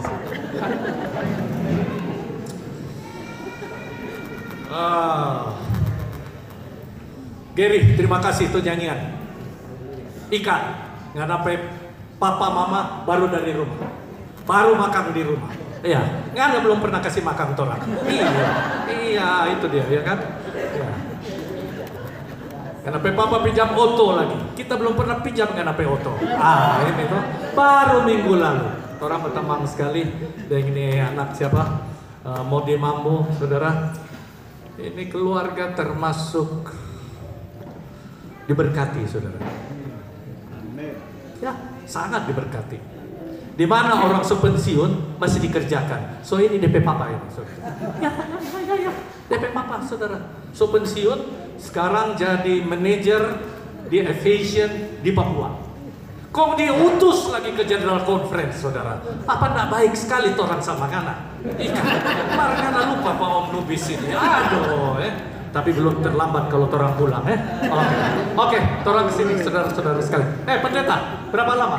Gary, terima kasih itu nyanyian. Ikan, nggak dapat papa mama baru dari rumah, baru makan di rumah. Iya, nggak belum pernah kasih makan orang. Iya itu dia ya kan. Ya. Kenapa papa pinjam oto lagi? Kita belum pernah pinjam kenapa oto. Ini tuh baru minggu lalu. Orang berteman sekali. Dan ini anak siapa? Mode Mambo, saudara. Ini keluarga termasuk diberkati, saudara. Ya, sangat diberkati. Di mana orang sepensiun masih dikerjakan. So ini DP Papa ini, saudara. Ya. DP Papa, saudara. So pensiun, sekarang jadi manajer di aviation di Papua. Kok diutus lagi ke General Conference, saudara? Apa enggak baik sekali orang sama Ngana? Iya, Ngana lupa Pak Om Nubis ini. Aduh, tapi belum terlambat kalau orang pulang, Oke, orang kesini, saudara-saudara sekalian. Pendeta, berapa lama?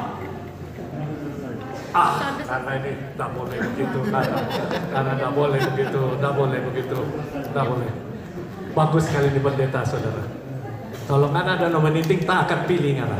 Karena ini tidak boleh begitu, karena tidak boleh begitu, tidak boleh. Bagus sekali di pendeta, saudara. Kalau nggak ada nominating, tak akan pilih nggak.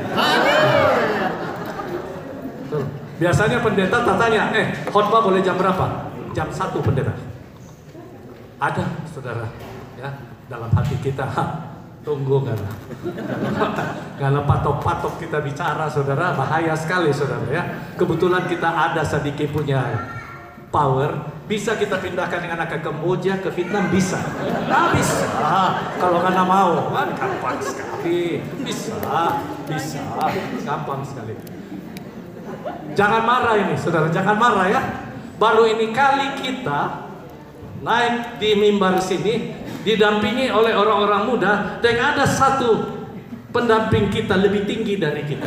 Biasanya pendeta tak tanya, khotbah boleh jam berapa? Jam 1 pendeta. Ada, saudara, ya dalam hati kita. Tunggu karena patok-patok kita bicara, saudara, bahaya sekali, saudara ya. Kebetulan kita ada sedikit punya power, bisa kita pindahkan dengan ke Kamboja, ke Vietnam, bisa. Bisa. Kalau nggak mau, kan gampang sekali. Bisa, gampang sekali. Jangan marah ini, saudara, jangan marah ya. Baru ini kali kita naik di mimbar sini, didampingi oleh orang-orang muda, dan ada satu pendamping kita lebih tinggi dari kita.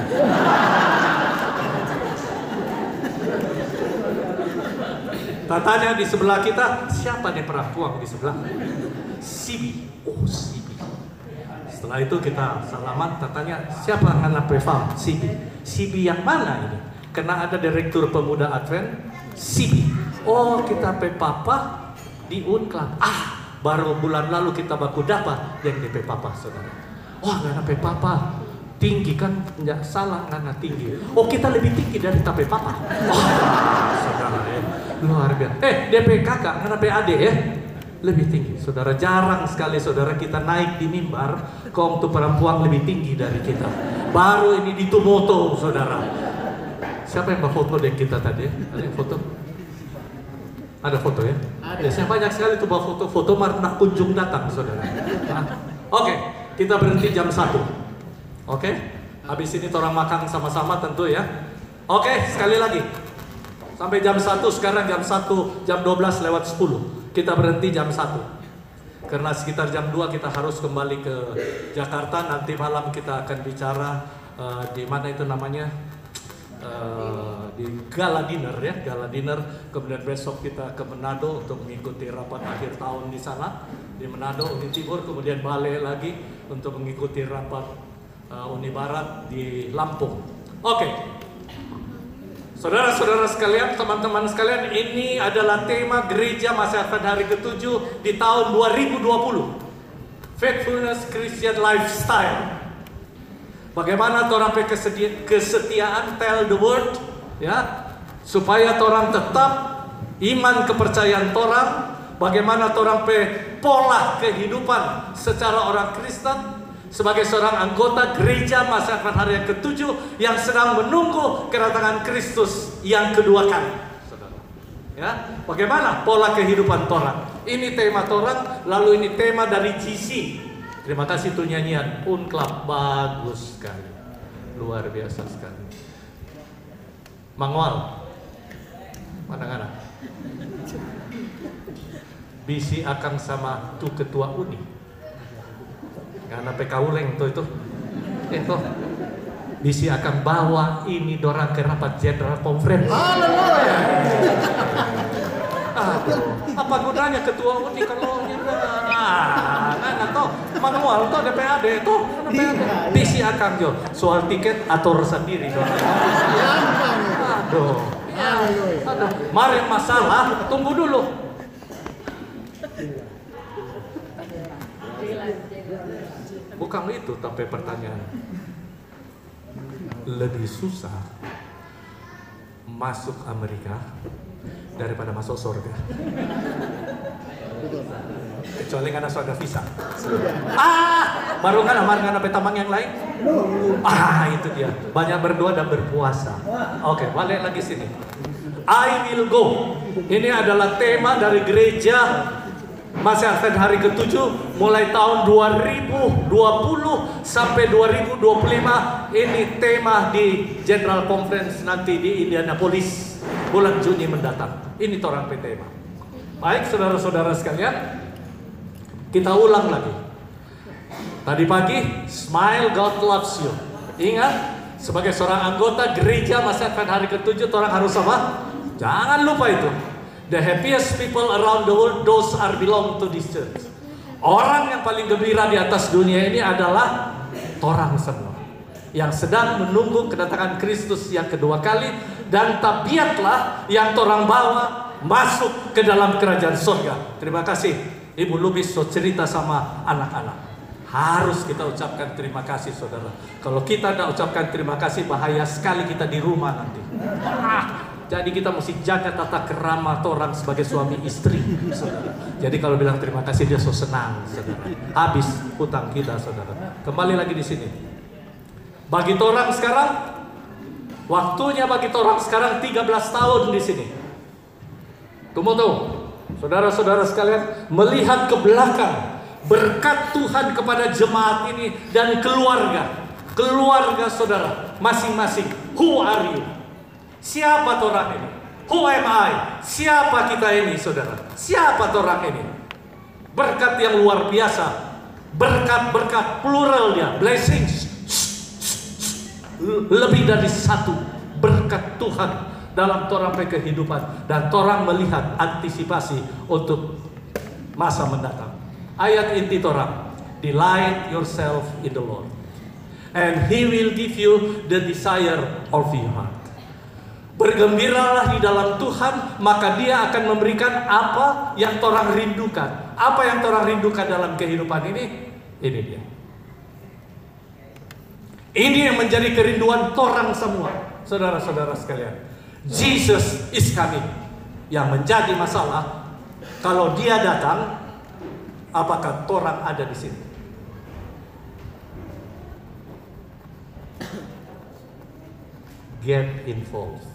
Tanya di sebelah kita, siapa nih perempuan di sebelah? Sibi. Oh, Sibi. Setelah itu kita salaman, tanya siapa anak Pefam? Sibi. Sibi yang mana ini? Karena ada direktur pemuda Advent, Sibi. Oh, kita Pepapa di Unclub. Baru bulan lalu kita baku dapat yang di Pepapa, saudara. Wah, karena Pepapa tinggi kan? Nggak salah karena tinggi. Oh, kita lebih tinggi dari Pepapa. Saudara ya. Luar biasa. DPKK karena PAD ya lebih tinggi. Saudara, jarang sekali saudara kita naik di mimbar kok untuk perempuan lebih tinggi dari kita. Baru ini di Tumoto, saudara. Siapa yang berfoto dengan kita tadi? Ada yang foto? Ada foto ya? Ada. Saya banyak sekali tuh bawa foto nak kunjung datang, saudara. Oke, kita berhenti jam 1. Oke? Habis ini orang makan sama-sama tentu ya. Oke, sekali lagi. Sampai jam 1, sekarang jam 1, jam 12 lewat 10. Kita berhenti jam 1. Karena sekitar jam 2 kita harus kembali ke Jakarta. Nanti malam kita akan bicara di mana itu namanya? Di Gala Dinner ya, Gala Dinner. Kemudian besok kita ke Manado untuk mengikuti rapat akhir tahun di sana. Di Manado, di Timur. Kemudian balik lagi untuk mengikuti rapat Uni Barat di Lampung. Oke. Saudara-saudara sekalian, teman-teman sekalian, ini adalah tema gereja Masa Advent hari ke-7 di tahun 2020. Faithfulness Christian Lifestyle. Bagaimana orang kesetiaan tell the word ya, supaya orang tetap iman kepercayaan orang, bagaimana orang pola kehidupan secara orang Kristen sebagai seorang anggota gereja Masa Advent hari yang ke-7 yang sedang menunggu kedatangan Kristus yang kedua kali. Saudara. Ya, bagaimana pola kehidupan orang? Ini tema orang, lalu ini tema dari GC. Terima kasih tuh nyanyian Unclub, bagus sekali. Luar biasa sekali. Mangwal. Mana-mana. Bisi akan sama tuh ketua Uni. Karena PKUleng tuh itu Bisi akan bawa ini dorang ke rapat General Conference. Haleluya. Apa gunanya ketua Uni kalau manual tuh DPAD tuh Bisi akan jo soal tiket atur sendiri dorang. Aduh. Mari masalah tunggu dulu. Bukan itu tapi pertanyaan. Lebih susah masuk Amerika daripada masuk surga. Kecuali karena sudah visa. Baru kan petamang yang lain. Itu dia. Banyak berdoa dan berpuasa. Oke, balik lagi sini. I will go. Ini adalah tema dari gereja Masa Advent hari ke-7 mulai tahun 2020 sampai 2025. Ini tema di General Conference nanti di Indianapolis bulan Juni mendatang. Ini orang tema. Baik saudara-saudara sekalian, kita ulang lagi. Tadi pagi, smile, God loves you. Ingat, sebagai seorang anggota gereja Masa Advent hari ke-7 orang harus apa? Jangan lupa itu. The happiest people around the world, those are belong to this church. Orang yang paling gembira di atas dunia ini adalah orang semua yang sedang menunggu kedatangan Kristus yang kedua kali, dan tabiatlah yang orang bawa masuk ke dalam kerajaan surga. Terima kasih Ibu Lubis so cerita sama anak-anak. Harus kita ucapkan terima kasih saudara. Kalau kita tidak ucapkan terima kasih, bahaya sekali kita di rumah nanti. Jadi kita mesti jaga tata kerama orang sebagai suami istri, saudara. Jadi kalau bilang terima kasih dia so senang, saudara. Habis hutang kita, saudara. Kembali lagi di sini. Bagi orang sekarang, waktunya bagi orang sekarang 13 tahun di sini. Tunggu, saudara-saudara sekalian, melihat ke belakang berkat Tuhan kepada jemaat ini dan keluarga saudara masing-masing. Who are you? Siapa orang ini? Who am I? Siapa kita ini, saudara? Siapa orang ini? Berkat yang luar biasa. Berkat-berkat pluralnya, blessings. Lebih dari satu berkat Tuhan dalam torang kehidupan. Dan torang melihat antisipasi untuk masa mendatang. Ayat inti torang, delight yourself in the Lord, and He will give you the desire of your heart. Bergembiralah di dalam Tuhan, maka Dia akan memberikan apa yang torang rindukan. Apa yang torang rindukan dalam kehidupan ini? Ini dia. Ini yang menjadi kerinduan torang semua, saudara-saudara sekalian. Jesus is coming. Yang menjadi masalah, kalau Dia datang, apakah torang ada di sini? Get involved.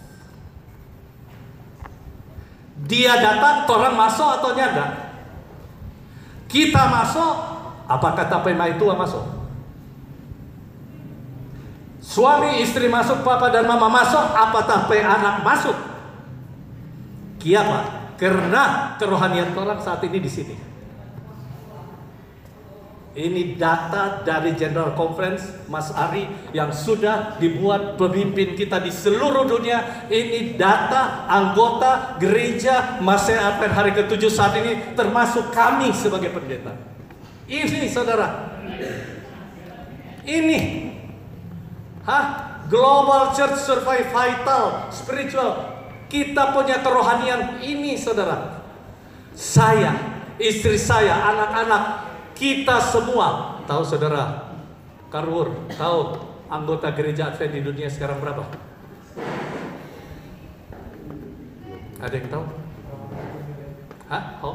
Dia datang, torang masuk atau nyada? Kita masuk, apakah tapi mai tua masuk? Suami istri masuk, papa dan mama masuk, apa tapi anak masuk? Kiapa? Karena kerohanian torang saat ini di sini. Ini data dari General Conference Mas Ari yang sudah dibuat pemimpin kita di seluruh dunia. Ini data anggota gereja Masea Advent hari ke-7 saat ini, termasuk kami sebagai pendeta. Ini saudara, ini Global Church Survive Vital Spiritual. Kita punya kerohanian ini saudara. Saya, istri saya, anak-anak, kita semua tahu saudara, Karwur, tahu anggota gereja Advent di dunia sekarang berapa? Ada yang tahu? Oh?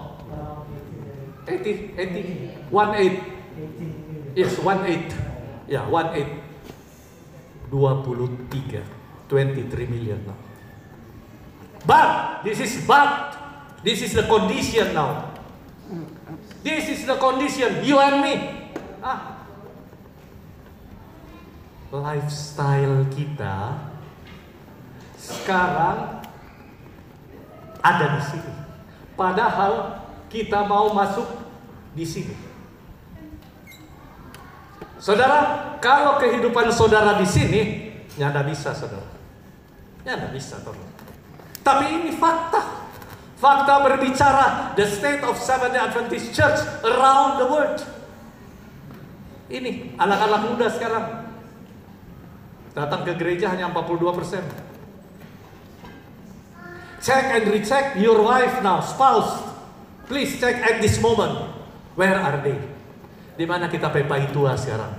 18. Yes, 18. Ya, 18. 23 million now. But this is the condition now. This is the condition, you and me. Lifestyle kita sekarang ada di sini. Padahal kita mau masuk di sini. Saudara, kalau kehidupan saudara di sini, nyada bisa saudara. Nyada bisa tolong. Tapi ini fakta. Fakta berbicara the state of Seventh-day Adventist Church around the world. Ini anak-anak muda sekarang datang ke gereja hanya 42%. Check and recheck your wife now, spouse. Please check at this moment. Where are they? Di mana kita pemai tua sekarang?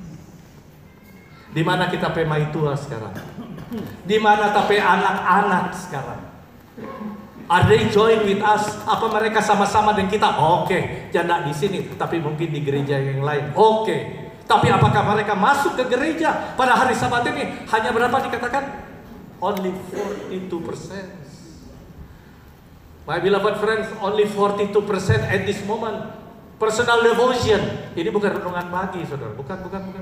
Di mana kita pemai tua sekarang? Di mana tapi anak-anak sekarang? Are they join with us? Apa mereka sama-sama dengan kita? Oke, jangan di sini, tapi mungkin di gereja yang lain. Oke. Tapi apakah mereka masuk ke gereja pada hari Sabat ini? Hanya berapa dikatakan? Only 42%. My beloved friends, only 42% at this moment. Personal devotion. Ini bukan renungan pagi, saudara. Bukan.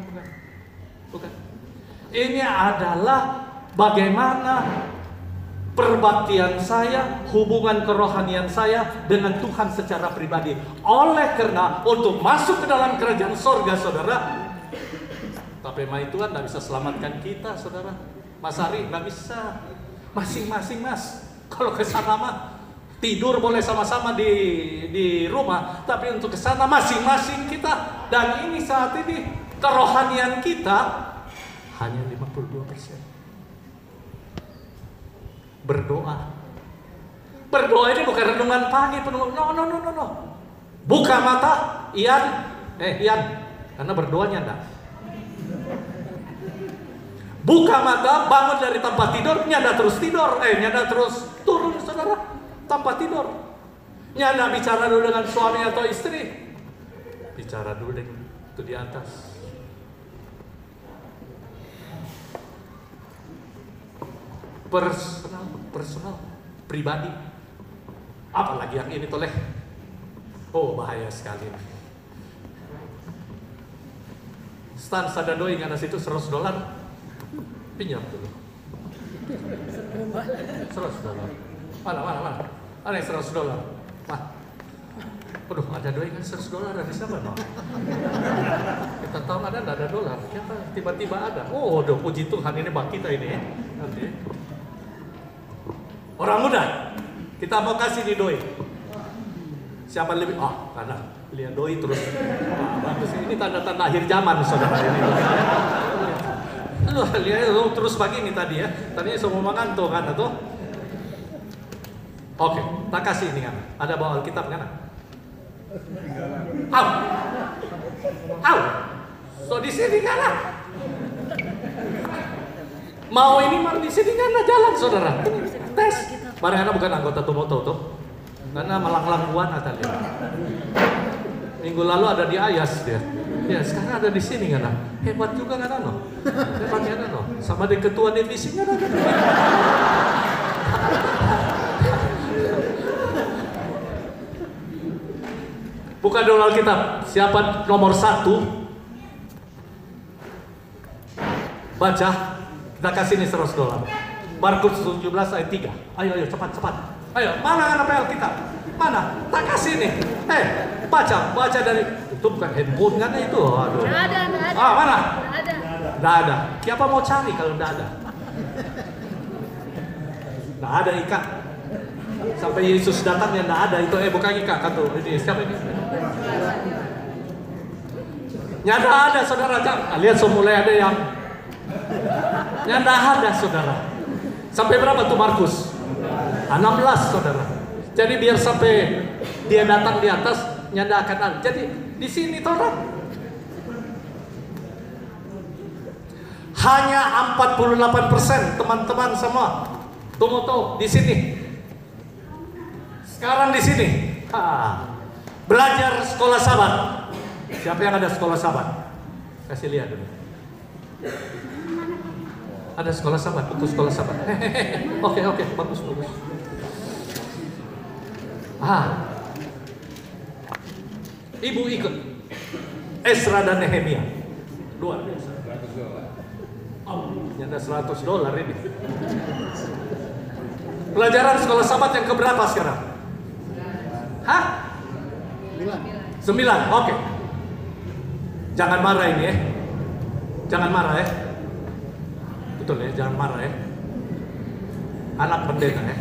Ini adalah bagaimana perbaktian saya, hubungan kerohanian saya dengan Tuhan secara pribadi. Oleh karena untuk masuk ke dalam kerajaan sorga, saudara, tapi mai Tuhan tidak bisa selamatkan kita, saudara. Mas Ari nggak bisa. Masing-masing mas. Kalau ke sana mah tidur boleh sama-sama di rumah, tapi untuk ke sana masing-masing kita. Dan ini saat ini kerohanian kita hanya 52%. Berdoa ini bukan renungan pagi penuh. No. Buka mata, Ian, karena berdoanya enggak. Buka mata, bangun dari tempat tidur, nyada terus tidur, nyada terus turun, saudara, tanpa tidur. Nyada bicara dulu dengan suami atau istri, bicara dulu dengan itu di atas. Personal, pribadi. Apalagi yang ini toleh. Oh, bahaya sekali. Stan sadadoi ngana situ $100. Pinjam dulu. $100. Mana? Ada yang $100. Aduh, ada duit kan $100 dari siapa, no? Kita tahu ada, nggak ada dolar. Tiba-tiba ada. Oh, udah puji Tuhan, ini bak kita ini ya. Nanti. Orang muda, kita mau kasih nih doi. Siapa lebih? Karena lihat doi terus. Bagus, ini tanda-tanda akhir zaman, saudara ini. Lu lihat terus begini tadi ya. Tadinya semua mengantuk kan tuh. Oke, tak kasih ini kan. Ada bawa Alkitab kan? So di sini kan? Mau ini mar di sini kan jalan saudara. Tes. Mariana bukan anggota Tumoto tuh. Karena melanglang buana tadi. Minggu lalu ada di Ayas dia. Ya sekarang ada di sini kan? Hebat juga kan no? Hebatnya kan no? Sama di ketua divisinya kan? Buka dulu Alkitab. Siapa nomor 1? Baca. Kita kasih ini $100. Markus 17 ayat 3. Ayo cepat. Ayo, mana apa Alkitab? Mana? Tak kasih nih. Baca dari itu bukan handphone kan itu. Aduh. Nggak ada. Mana? Nggak ada. Siapa mau cari kalau nggak ada? Nggak ada Ika. Sampai Yesus datang yang nggak ada itu. Bukan Ika kan tuh. Ini siapa ini? Nyanda ada saudara. Lihat mulai ada yang nyanda ada saudara. Sampai berapa tuh Markus? 16 saudara. Jadi biar sampai dia datang di atas nyanda akan ada. Jadi di sini saudara hanya 48% teman-teman semua Tumoto di sini. Sekarang di sini belajar sekolah sahabat. Siapa yang ada sekolah sahabat? Kasih lihat dulu. Ada sekolah sahabat, buku sekolah sahabat. Oke, bagus. Ibu ikut. Ezra dan Nehemia. Luar biasa. Ini ada $100 ini. Pelajaran sekolah sahabat yang keberapa sekarang? 9. Oke. Jangan marah ini ya. Jangan marah ya. Betul ya, jangan marah ya. Anak pendeta ya.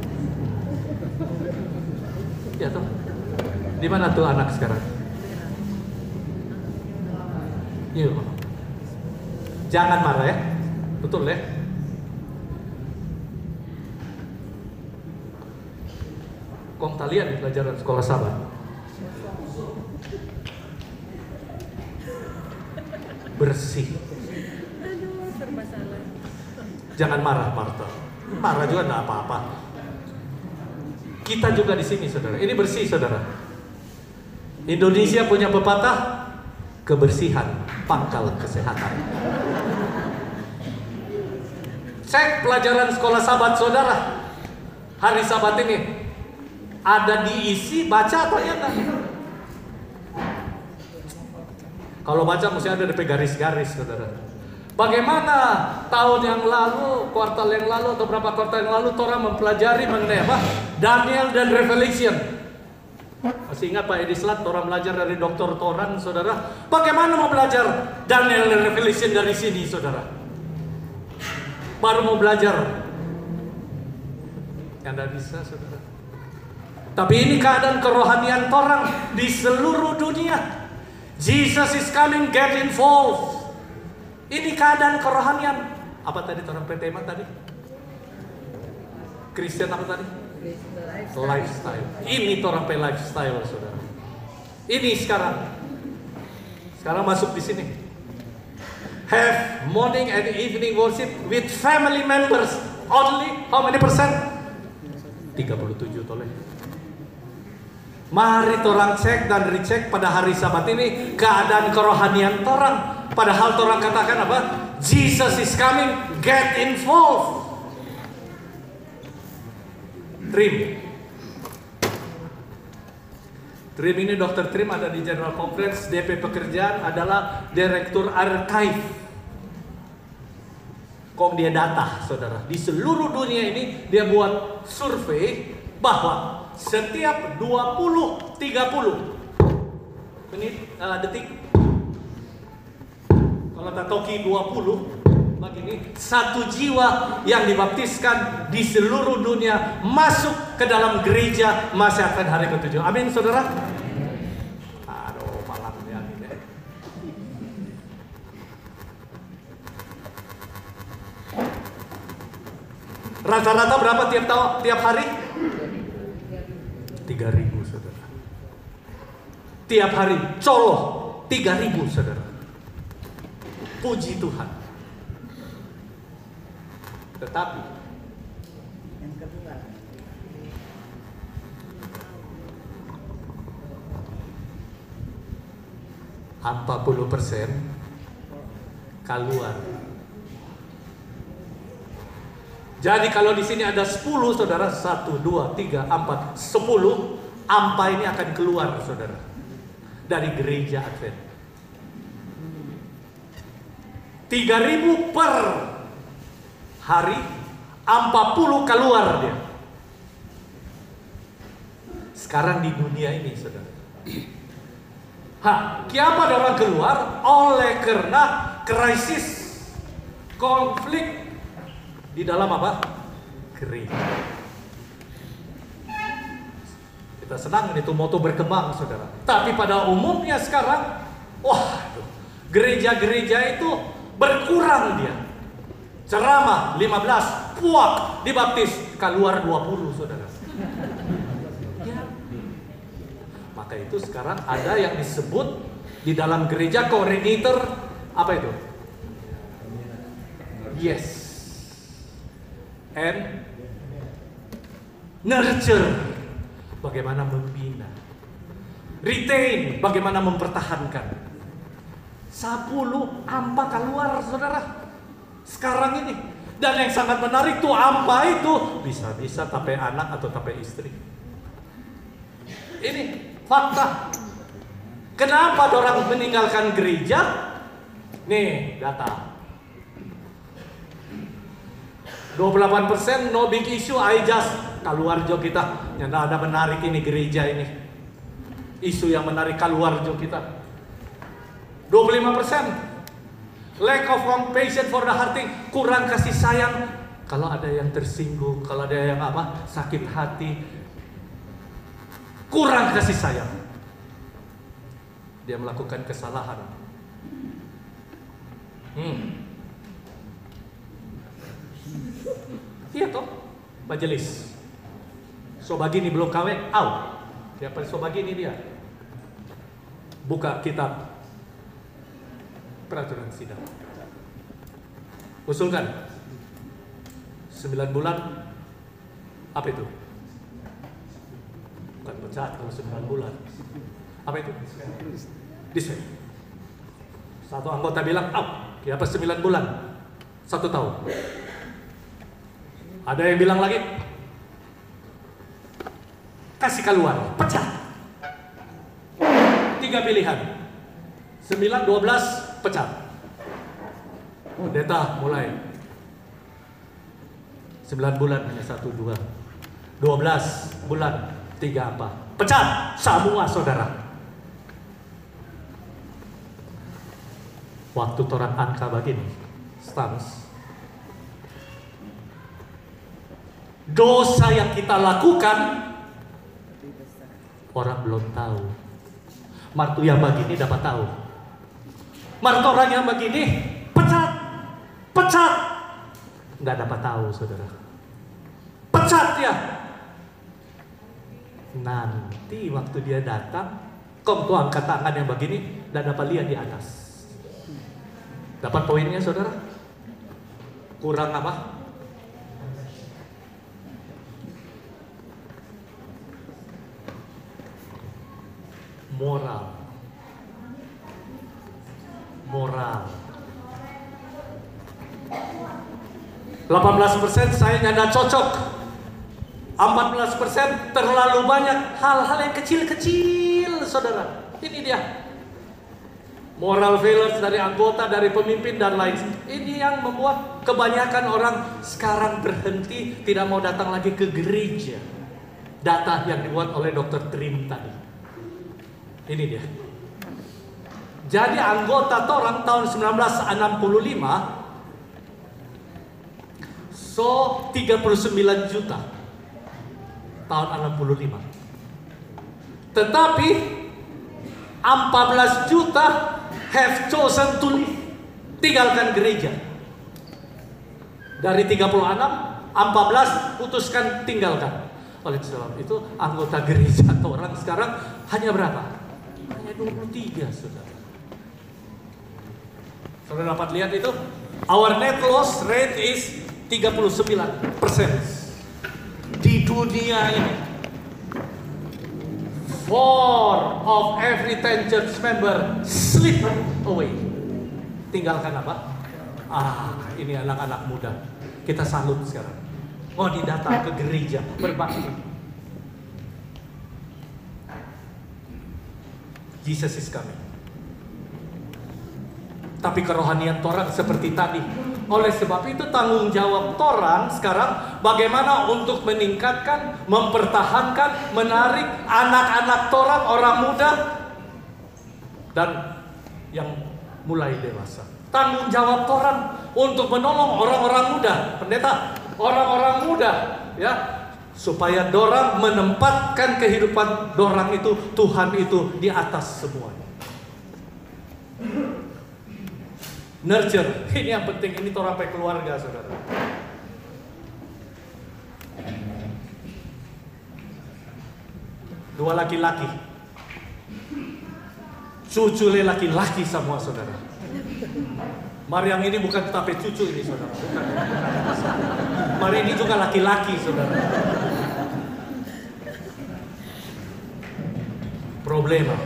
Ya tuh. Di mana tuh anak sekarang? Yuk. Jangan marah ya. Betul ya. Kong talian di pelajaran sekolah sahabat. Bersih. Jangan marah, Martha. Marah juga enggak apa-apa. Kita juga di sini, saudara. Ini bersih, saudara. Indonesia punya pepatah, kebersihan pangkal kesehatan. Cek pelajaran sekolah sahabat, saudara. Hari Sabat ini ada diisi baca atau ya enggak? Kalau baca mesti ada di garis-garis, saudara. Bagaimana tahun yang lalu, kuartal yang lalu atau berapa kuartal yang lalu orang mempelajari mengenai apa? Daniel dan Revelation. Masih ingat Pak Edislat, orang belajar dari Dr. Toran, saudara. Bagaimana mau belajar Daniel dan Revelation dari sini, saudara? Baru mau belajar. Yang tidak bisa, saudara. Tapi ini keadaan kerohanian orang di seluruh dunia. Jesus is coming, get involved. Ini keadaan kerohanian. Apa tadi orang tema tadi? Kristen apa tadi? Lifestyle. Ini orang lifestyle, saudara. Ini sekarang masuk di sini. Have morning and evening worship with family members only. How many percent? 37 toleh. Mari orang cek dan recheck pada hari Sabat ini keadaan kerohanian orang. Padahal orang katakan apa? Jesus is coming, get involved. Trim ini Dr. Trim ada di General Conference. DP pekerjaan adalah Direktur Archive. Kok dia data, saudara. Di seluruh dunia ini dia buat survei bahwa setiap 20-30 menit detik, kalau tatoki 20 begini, satu jiwa yang dibaptiskan di seluruh dunia masuk ke dalam gereja masyarakat hari ke-7. Amin, saudara. Aduh, malam ya, amin ya. Rata-rata berapa tiap hari? 3.000, saudara. Tiap hari coloh 3.000, saudara. Puji Tuhan. Tetapi yang kedua, %40 keluar. Jadi kalau di sini ada 10, saudara, 1, 2, 3, 4, 10, ampa ini akan keluar, saudara, dari gereja Advent. 3.000 per hari, 40 keluar dia. Sekarang di dunia ini, saudara. Kenapa orang keluar? Oleh karena krisis, konflik di dalam apa? Gereja. Kita senang itu moto berkembang, saudara. Tapi pada umumnya sekarang, gereja-gereja itu berkurang dia. Ceramah 15, puak dibaptis, keluar 20, saudara. Ya. Maka itu sekarang ada yang disebut di dalam gereja koordinator, apa itu? Yes. And nurture, bagaimana membina. Retain, bagaimana mempertahankan. 10 ampa keluar, saudara, sekarang ini. Dan yang sangat menarik tuh, ampa itu bisa-bisa tape anak atau tape istri. Ini fakta. Kenapa orang meninggalkan gereja? Nih data. 28% no big issue, I just keluar jo kita. Yang ada menarik ini gereja ini. Isu yang menarik keluar jo kita. 25% lack of compassion for the hurting, kurang kasih sayang. Kalau ada yang tersinggung, kalau ada yang sakit hati, kurang kasih sayang. Dia melakukan kesalahan. Iya toh, majelis. Sobagini belum kawin, out. Siapa Sobagini dia? Buka kitab peraturan sidang. Usulkan 9 bulan. Apa itu? Bukan pecat kalau 9 bulan. Apa itu? Disway. Satu anggota bilang out. Siapa 9 bulan? 1 tahun. Ada yang bilang lagi, kasih keluar, pecat. 3 pilihan. 9, 12, pecat. Pendeta mulai 9 bulan hanya 1, 2. 12 bulan 3 apa? Pecat semua, saudara. Waktu orang angka begini, stans. Dosa yang kita lakukan orang belum tahu. Martu yang begini dapat tahu. Martu orang yang begini pecat, nggak dapat tahu, saudara. Pecat ya. Nanti waktu dia datang, kau tuh angkat tangan yang begini, nggak dapat lihat di atas. Dapat poinnya, saudara? Kurang apa? Moral. 18% saya nggak cocok. 14% terlalu banyak. Hal-hal yang kecil-kecil, saudara. Ini dia. moral failures dari anggota, dari pemimpin dan lain. Ini yang membuat kebanyakan orang sekarang berhenti, tidak mau datang lagi ke gereja. Data yang dibuat oleh Dr. Trim tadi. Ini dia. Jadi anggota torang tahun 1965 so 39 juta tahun 65. Tetapi 14 juta have chosen to leave, tinggalkan gereja. Dari 36, 14 putuskan tinggalkan. Oleh sebab itu anggota gereja atau orang sekarang hanya berapa? Hanya 23, saudara. Saudara dapat lihat itu? Our net loss rate is 39% di dunia ini. 4 of every 10 church member slip away. Tinggalkan apa? Ini anak-anak muda. Kita salut sekarang. Mau didatang ke gereja berbakti. Jesus is coming. Tapi kerohanian torang seperti tadi. Oleh sebab itu tanggung jawab torang sekarang bagaimana untuk meningkatkan, mempertahankan, menarik anak-anak torang, orang muda dan yang mulai dewasa. Tanggung jawab torang untuk menolong orang-orang muda, pendeta, orang-orang muda, ya, supaya dorang menempatkan kehidupan dorang itu, Tuhan itu di atas semuanya. Nurture, ini yang penting, ini torapai keluarga, saudara. Dua laki-laki, cucu laki-laki semua, saudara. Mari yang ini bukan tapi cucu ini, saudara. Bukan. Mari ini juga laki-laki, saudara. Problema.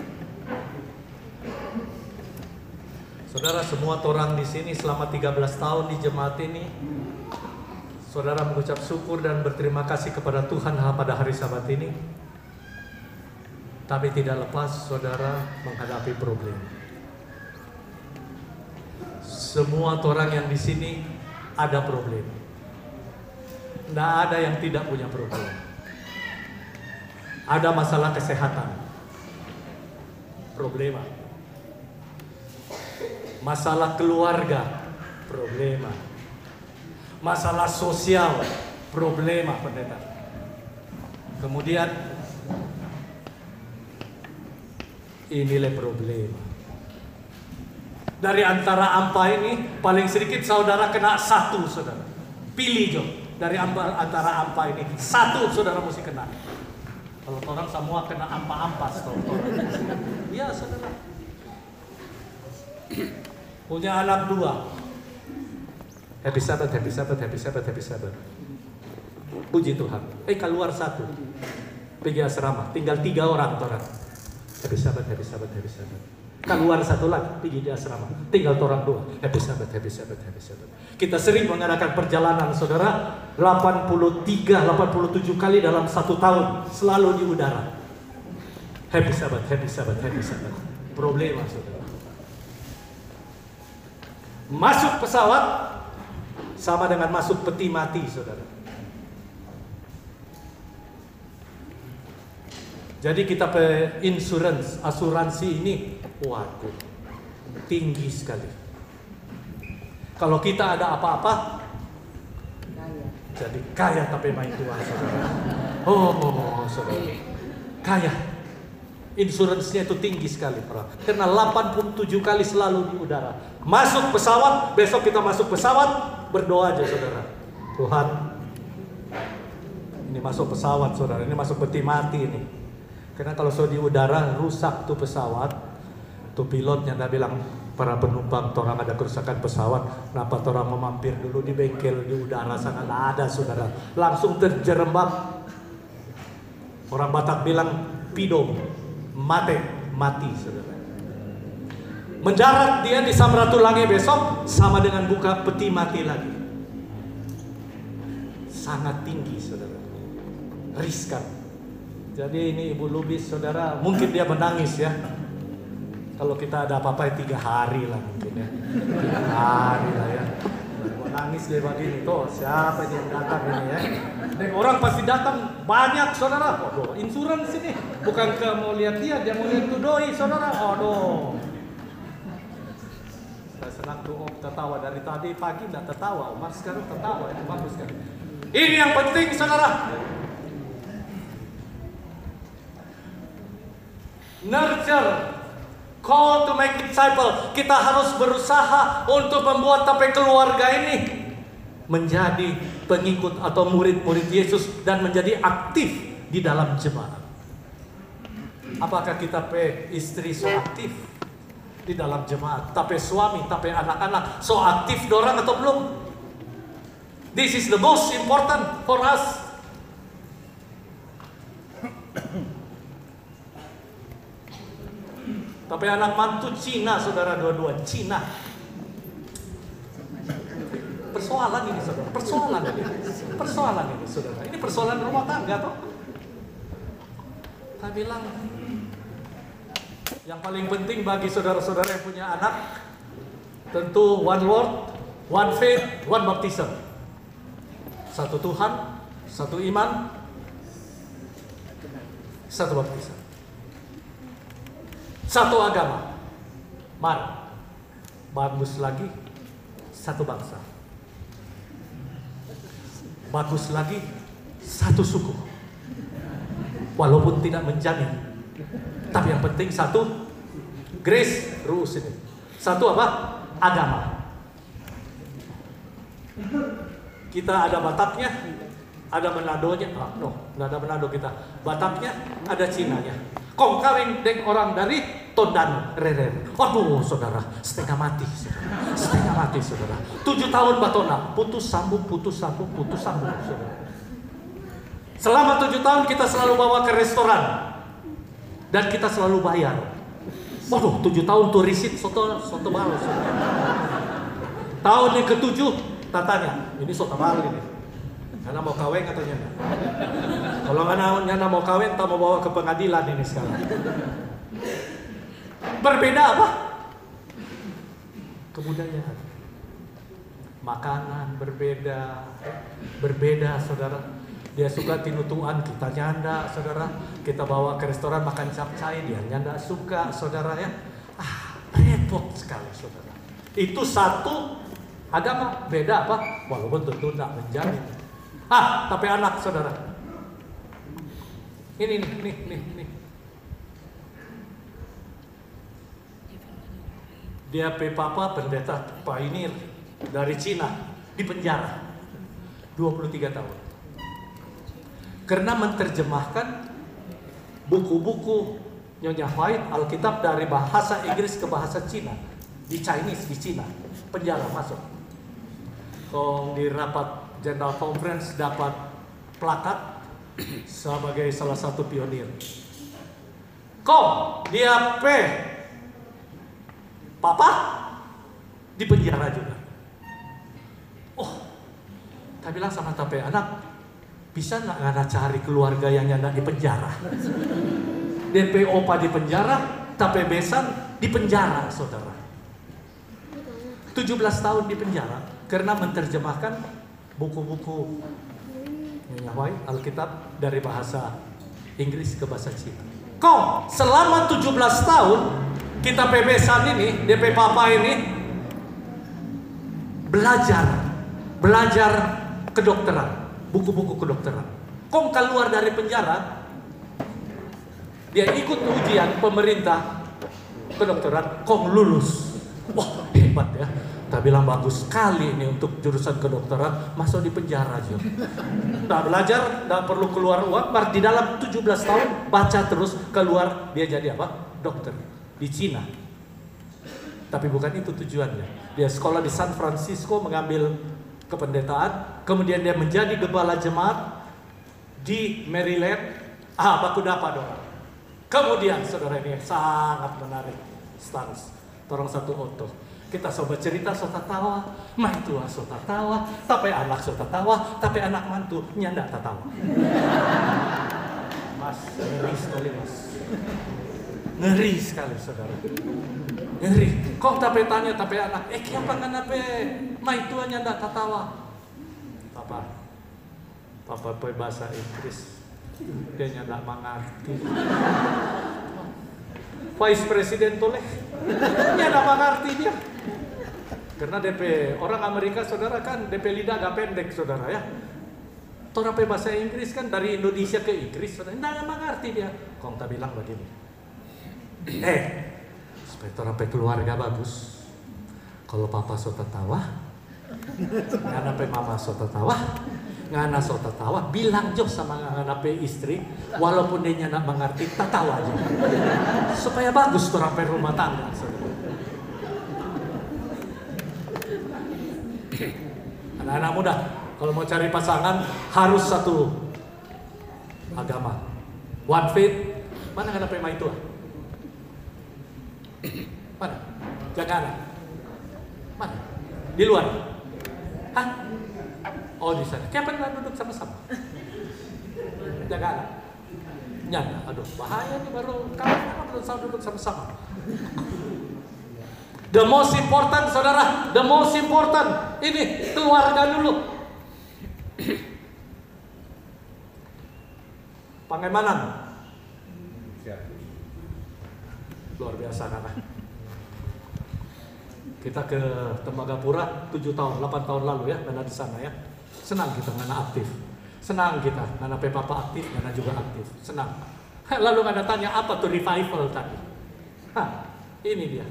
Saudara, semua orang di sini selama 13 tahun di jemaat ini, saudara mengucap syukur dan berterima kasih kepada Tuhan pada hari Sabat ini. Tapi tidak lepas saudara menghadapi problem. Semua orang yang di sini ada problem. Tidak ada yang tidak punya problem. Ada masalah kesehatan, problema. Masalah keluarga, problema. Masalah sosial, problema, pendeta. Kemudian inilah problema. Dari antara ampa ini paling sedikit saudara kena satu, saudara. Pilih jo. Dari antara ampa ini satu saudara mesti kena. Kalau orang semua kena ampa-ampas, iya saudara. Punya anak 2. Happy Sabbath, happy Sabbath, happy Sabbath, happy Sabbath. Puji Tuhan. Keluar 1. Pergi asrama, tinggal 3 orang orang. Happy Sabbath, happy Sabbath, happy Sabbath. Keluar 1 lagi, pergi di asrama, tinggal orang 2. Happy Sabbath, happy Sabbath, happy Sabbath. Kita sering mengadakan perjalanan saudara 87 kali dalam 1 tahun, selalu di udara. Happy Sabbath, happy Sabbath, happy Sabbath. Problema saudara. Masuk pesawat sama dengan masuk peti mati, saudara. Jadi kita asuransi ini, waduh, tinggi sekali. Kalau kita ada apa-apa, jadi kaya tapi main tua, saudara. Saudara, kaya. Insuransinya itu tinggi sekali, karena 87 kali selalu di udara. Masuk pesawat, besok kita masuk pesawat, berdoa aja saudara. Tuhan, ini masuk pesawat saudara, ini masuk peti mati ini. Karena kalau di udara rusak tuh pesawat, tuh pilotnya dah bilang, para penumpang, orang ada kerusakan pesawat, kenapa orang mau mampir dulu di bengkel di udara sana? Ada saudara, langsung terjerembab. Orang Batak bilang pidom, mati saudara. Mendarat dia di Samratulangi besok sama dengan buka peti mati lagi. Sangat tinggi saudara, riskan. Jadi ini Ibu Lubis saudara, mungkin dia menangis ya. Kalau kita ada apa-apa 3 hari lah mungkin ya. 3 hari lah ya. Mau nangis dia begini tuh, siapa yang datang ini ya? Dan orang pasti datang banyak saudara. Aduh, insurans ini. Bukan ke mau lihat dia mau lihat tuh doi saudara. Aduh. Saya senang tuh tertawa dari tadi pagi tidak tertawa. Umar sekarang tertawa, itu bagus kan. Ini yang penting saudara. Nurture, call to make disciple. Kita harus berusaha untuk membuat tapi keluarga ini menjadi pengikut atau murid-murid Yesus dan menjadi aktif di dalam jemaat. Apakah kita istri so aktif di dalam jemaat, tapi suami, tapi anak-anak so aktif dorang atau belum? This is the most important for us. Tapi anak mantu Cina, saudara, dua-dua Cina. Persoalan ini, saudara. Persoalan ini, saudara. Ini persoalan rumah tangga, toh. Saya bilang, yang paling penting bagi saudara-saudara yang punya anak, tentu one Lord, one faith, one baptism. Satu Tuhan, satu iman, satu baptisan. Satu agama. Mari. Bagus lagi, satu bangsa. Bagus lagi, satu suku. Walaupun tidak menjamin, tapi yang penting satu grace rules ini. Satu apa? Agama. Kita ada Bataknya, ada Manadonya. No, nggak ada Manado kita. Bataknya, ada Cinanya. Kong kawin deng orang dari Tondano, Reren. Aduh, saudara, setengah mati, saudara. 7 tahun batona, putus sambung, saudara. Selama 7 tahun kita selalu bawa ke restoran dan kita selalu bayar. Waduh, 7 tahun tuh risit soto balu. Tahun yang ke-7 tatanya, ini soto balu ini. Karena mau kawin atau nyana? Kalau nyana mau kawin, tak mau bawa ke pengadilan ini sekarang. Berbeda apa? Kebudayaan. Makanan berbeda saudara. Dia suka tinutuan, kita nyanda saudara. Kita bawa ke restoran makan capcay, dia nyanda suka saudara ya. Repot sekali saudara. Itu satu agama, beda apa? Walaupun tentu tidak menjamin. Tapi anak saudara. Ini nih. Dia papa pendeta pioneer dari Cina di penjara 23 tahun. Karena menerjemahkan buku-buku Nyonya White Alkitab dari bahasa Inggris ke bahasa Cina di Chinese di Cina. Penjara masuk. Kong di rapat General Conference dapat plakat sebagai salah satu pionir. Kong dia Papa di penjara juga. Tak bilang sama tape anak, bisa nggak ngana cari keluarga yang nyanda di penjara? DP opa di penjara, tape besan di penjara, saudara. 17 tahun di penjara karena menerjemahkan buku-buku Alkitab dari bahasa Inggris ke bahasa Cina. Kok selama 17 tahun kita bebesan ini, DP Papa ini belajar kedokteran, buku-buku kedokteran. Kong keluar dari penjara, dia ikut ujian pemerintah kedokteran, kong lulus. Wah, hebat ya. Kita bilang bagus sekali ini untuk jurusan kedokteran, masuk di penjara aja. Nggak belajar, nggak perlu keluar uang, di dalam 17 tahun baca terus, keluar dia jadi apa? Dokter di Cina. Tapi bukan itu tujuannya. Dia sekolah di San Francisco mengambil kependetaan, kemudian dia menjadi gembala jemaat di Maryland. Baku dapat dong. Kemudian saudara ini sangat menarik. Stans, torong satu oto. Kita sobat cerita sota tawa, mantua sota tawa, tapi anak sota tawa, tapi anak mantu nyanda tawa. Mas, miris sekali mas. Ngeri sekali saudara. Ngeri. Kok tapi tanya tapi anak, kenapa kan nape mai tuanya ndak tatawa? Papa bahasa Inggris. Dia ndak mengerti. Vice President toleh. Dia ndak mengerti dia. Karena DP orang Amerika saudara kan DP lidah agak pendek saudara ya. Orang bahasa Inggris kan dari Indonesia ke Inggris saudara. Ndak mengerti dia. Kong tak bilang begini. Supaya orang keluarga bagus. Kalau papa so tertawa, ngana pe mama so tertawa, ngana so tertawa, bilang jo sama ngana pe istri, walaupun dia nak mengerti, tertawa aja. Supaya bagus orang pe rumah tangga. Anak-anak muda, kalau mau cari pasangan harus satu agama, one faith. Mana ngana pe itu? Mana? Jakarta. Mana? Di luar? Hah? Oh di sana. Kapan kita duduk sama-sama? Jakarta. Nyana. Aduh bahaya nih baru kapan belum duduk sama-sama. The most important saudara, the most important ini keluarga dulu. Pangemanan. Luar biasa kan? Kita ke Tembagapura 7 tahun, 8 tahun lalu ya, karena di sana ya. Senang kita karena aktif. Senang kita karena papa aktif, karena juga aktif. Senang. Lalu ada tanya apa tuh revival tadi? Ini dia.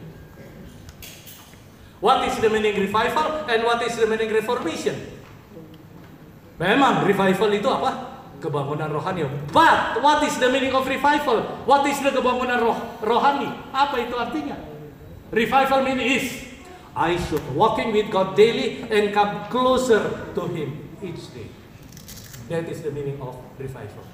What is the meaning revival and what is the meaning reformation? Memang revival itu apa? Kebangunan rohani. But what is the meaning of revival? What is the kebangunan rohani? Apa itu artinya? Revival meaning is I should walking with God daily and come closer to Him each day. That is the meaning of revival.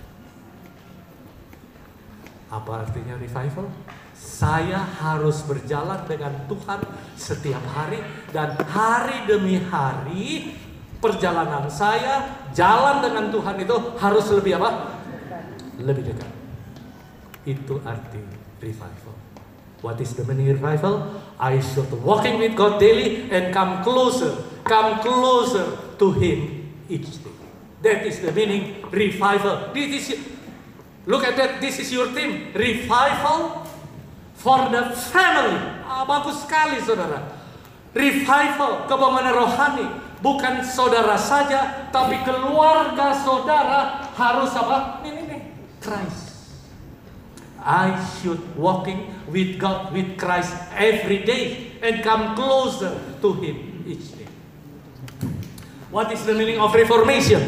Apa artinya revival? Saya harus berjalan dengan Tuhan setiap hari dan hari demi hari. Perjalanan saya jalan dengan Tuhan itu harus lebih apa? Lebih dekat. Itu arti revival. What is the meaning revival? I should walking with God daily and come closer to Him each day. That is the meaning revival. Look at that. This is your theme. Revival for the family. Bagus sekali saudara. Revival, kebangunan rohani. Bukan saudara saja, tapi keluarga saudara harus apa? Nih, Christ. I should walking with God, with Christ every day and come closer to Him each day. What is the meaning of reformation?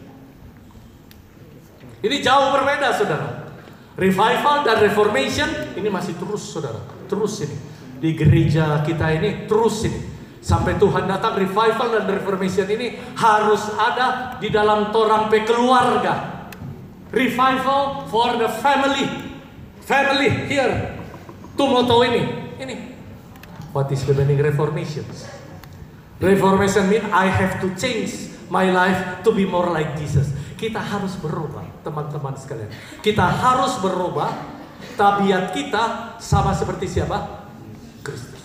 Ini jauh berbeda, saudara. Revival dan reformation ini masih terus, saudara. Terus ini di gereja kita ini terus ini. Sampai Tuhan datang, revival dan reformation ini harus ada di dalam torang pe keluarga. Revival for the family. Family here. Itu moto ini. What is the meaning reformation? Reformation mean I have to change my life to be more like Jesus. Kita harus berubah, teman-teman sekalian. Kita harus berubah. Tabiat kita sama seperti siapa? Kristus.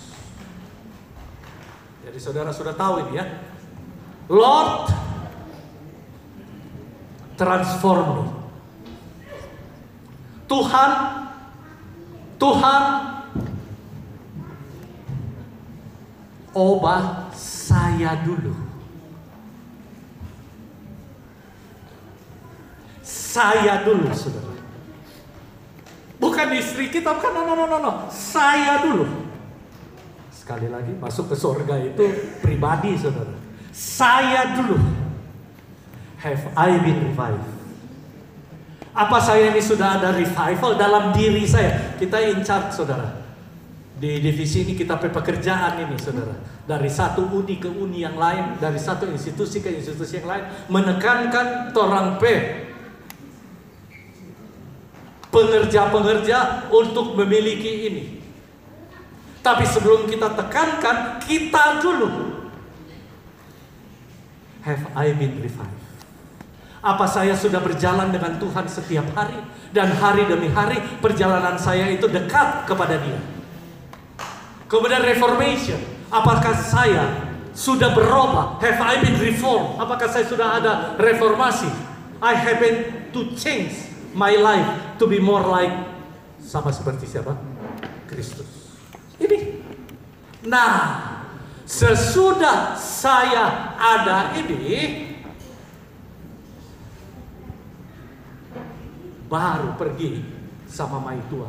Jadi saudara sudah tahu ini ya. Lord, transform me. Tuhan, ubah saya dulu. Saya dulu, saudara. Bukan istri kita, bukan, no. Saya dulu. Sekali lagi, masuk ke surga itu pribadi, saudara. Saya dulu. Have I been revived? Apa saya ini sudah ada revival dalam diri saya? Kita in charge, saudara. Di divisi ini kita pekerjaan ini, saudara. Dari satu uni ke uni yang lain, dari satu institusi ke institusi yang lain, menekankan torang pengerja-pengerja untuk memiliki ini. Tapi sebelum kita tekankan, kita dulu. Have I been revived? Apa saya sudah berjalan dengan Tuhan setiap hari? Dan hari demi hari perjalanan saya itu dekat kepada Dia. Kemudian reformation. Apakah saya sudah berubah? Have I been reformed? Apakah saya sudah ada reformasi? I have been to change my life to be more like, sama seperti siapa? Kristus. Ini. Nah, sesudah saya ada ini, baru pergi sama maitua.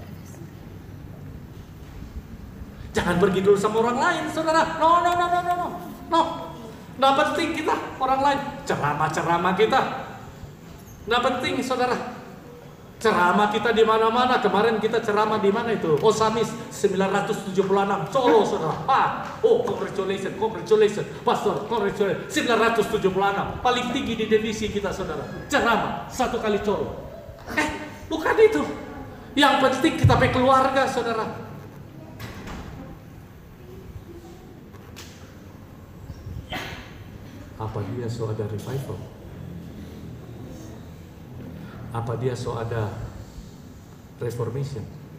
Jangan pergi dulu sama orang lain, saudara. No. Nggak penting kita orang lain. Ceramah kita. Nggak penting, saudara. Ceramah kita di mana-mana. Kemarin kita ceramah di mana itu? Osamis 976 Solo, saudara. Congratulations, Pastor. Congratulations. 976 paling tinggi di divisi kita, saudara. Ceramah 1 kali Solo. Bukan itu. Yang penting kita pakai keluarga, saudara. Apa dia so ada revival? Apa dia so ada reformation?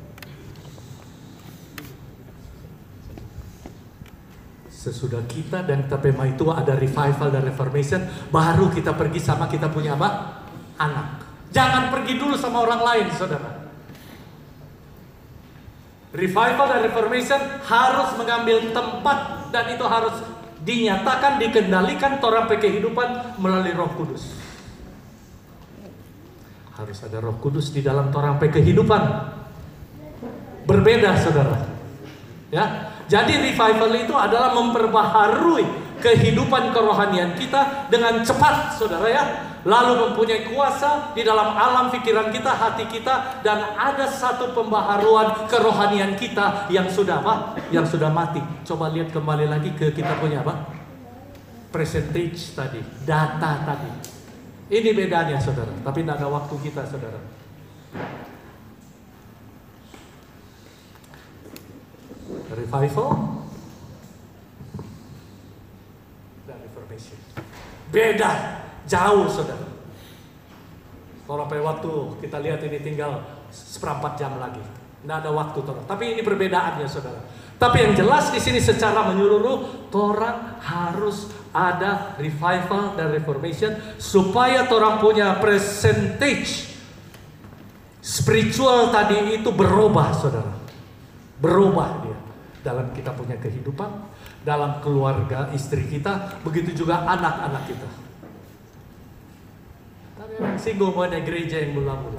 Sesudah kita dan Tapema itu ada revival dan reformation, baru kita pergi sama kita punya apa? Anak. Jangan pergi dulu sama orang lain, saudara. Revival dan reformation harus mengambil tempat, dan itu harus dinyatakan, dikendalikan orang kehidupan melalui Roh Kudus. Harus ada Roh Kudus di dalam orang kehidupan. Berbeda, saudara. Ya, jadi revival itu adalah memperbaharui kehidupan kerohanian kita dengan cepat, saudara ya. Lalu mempunyai kuasa di dalam alam pikiran kita, hati kita, dan ada satu pembaharuan kerohanian kita yang sudah apa? Yang sudah mati. Coba lihat kembali lagi ke kita punya apa? Percentage tadi, data tadi. Ini bedanya, saudara. Tapi tidak ada waktu kita, saudara. Revival dan reformation. Beda. Jauh, saudara. Kalau pada waktu kita lihat ini tinggal 1/4 jam lagi, nggak ada waktu, saudara. Tapi ini perbedaannya, saudara. Tapi yang jelas di sini secara menyeluruh, orang harus ada revival dan reformation supaya orang punya percentage spiritual tadi itu berubah, saudara. Berubah dia dalam kita punya kehidupan, dalam keluarga istri kita, begitu juga anak-anak kita. Singgung pada gereja yang mula-mula.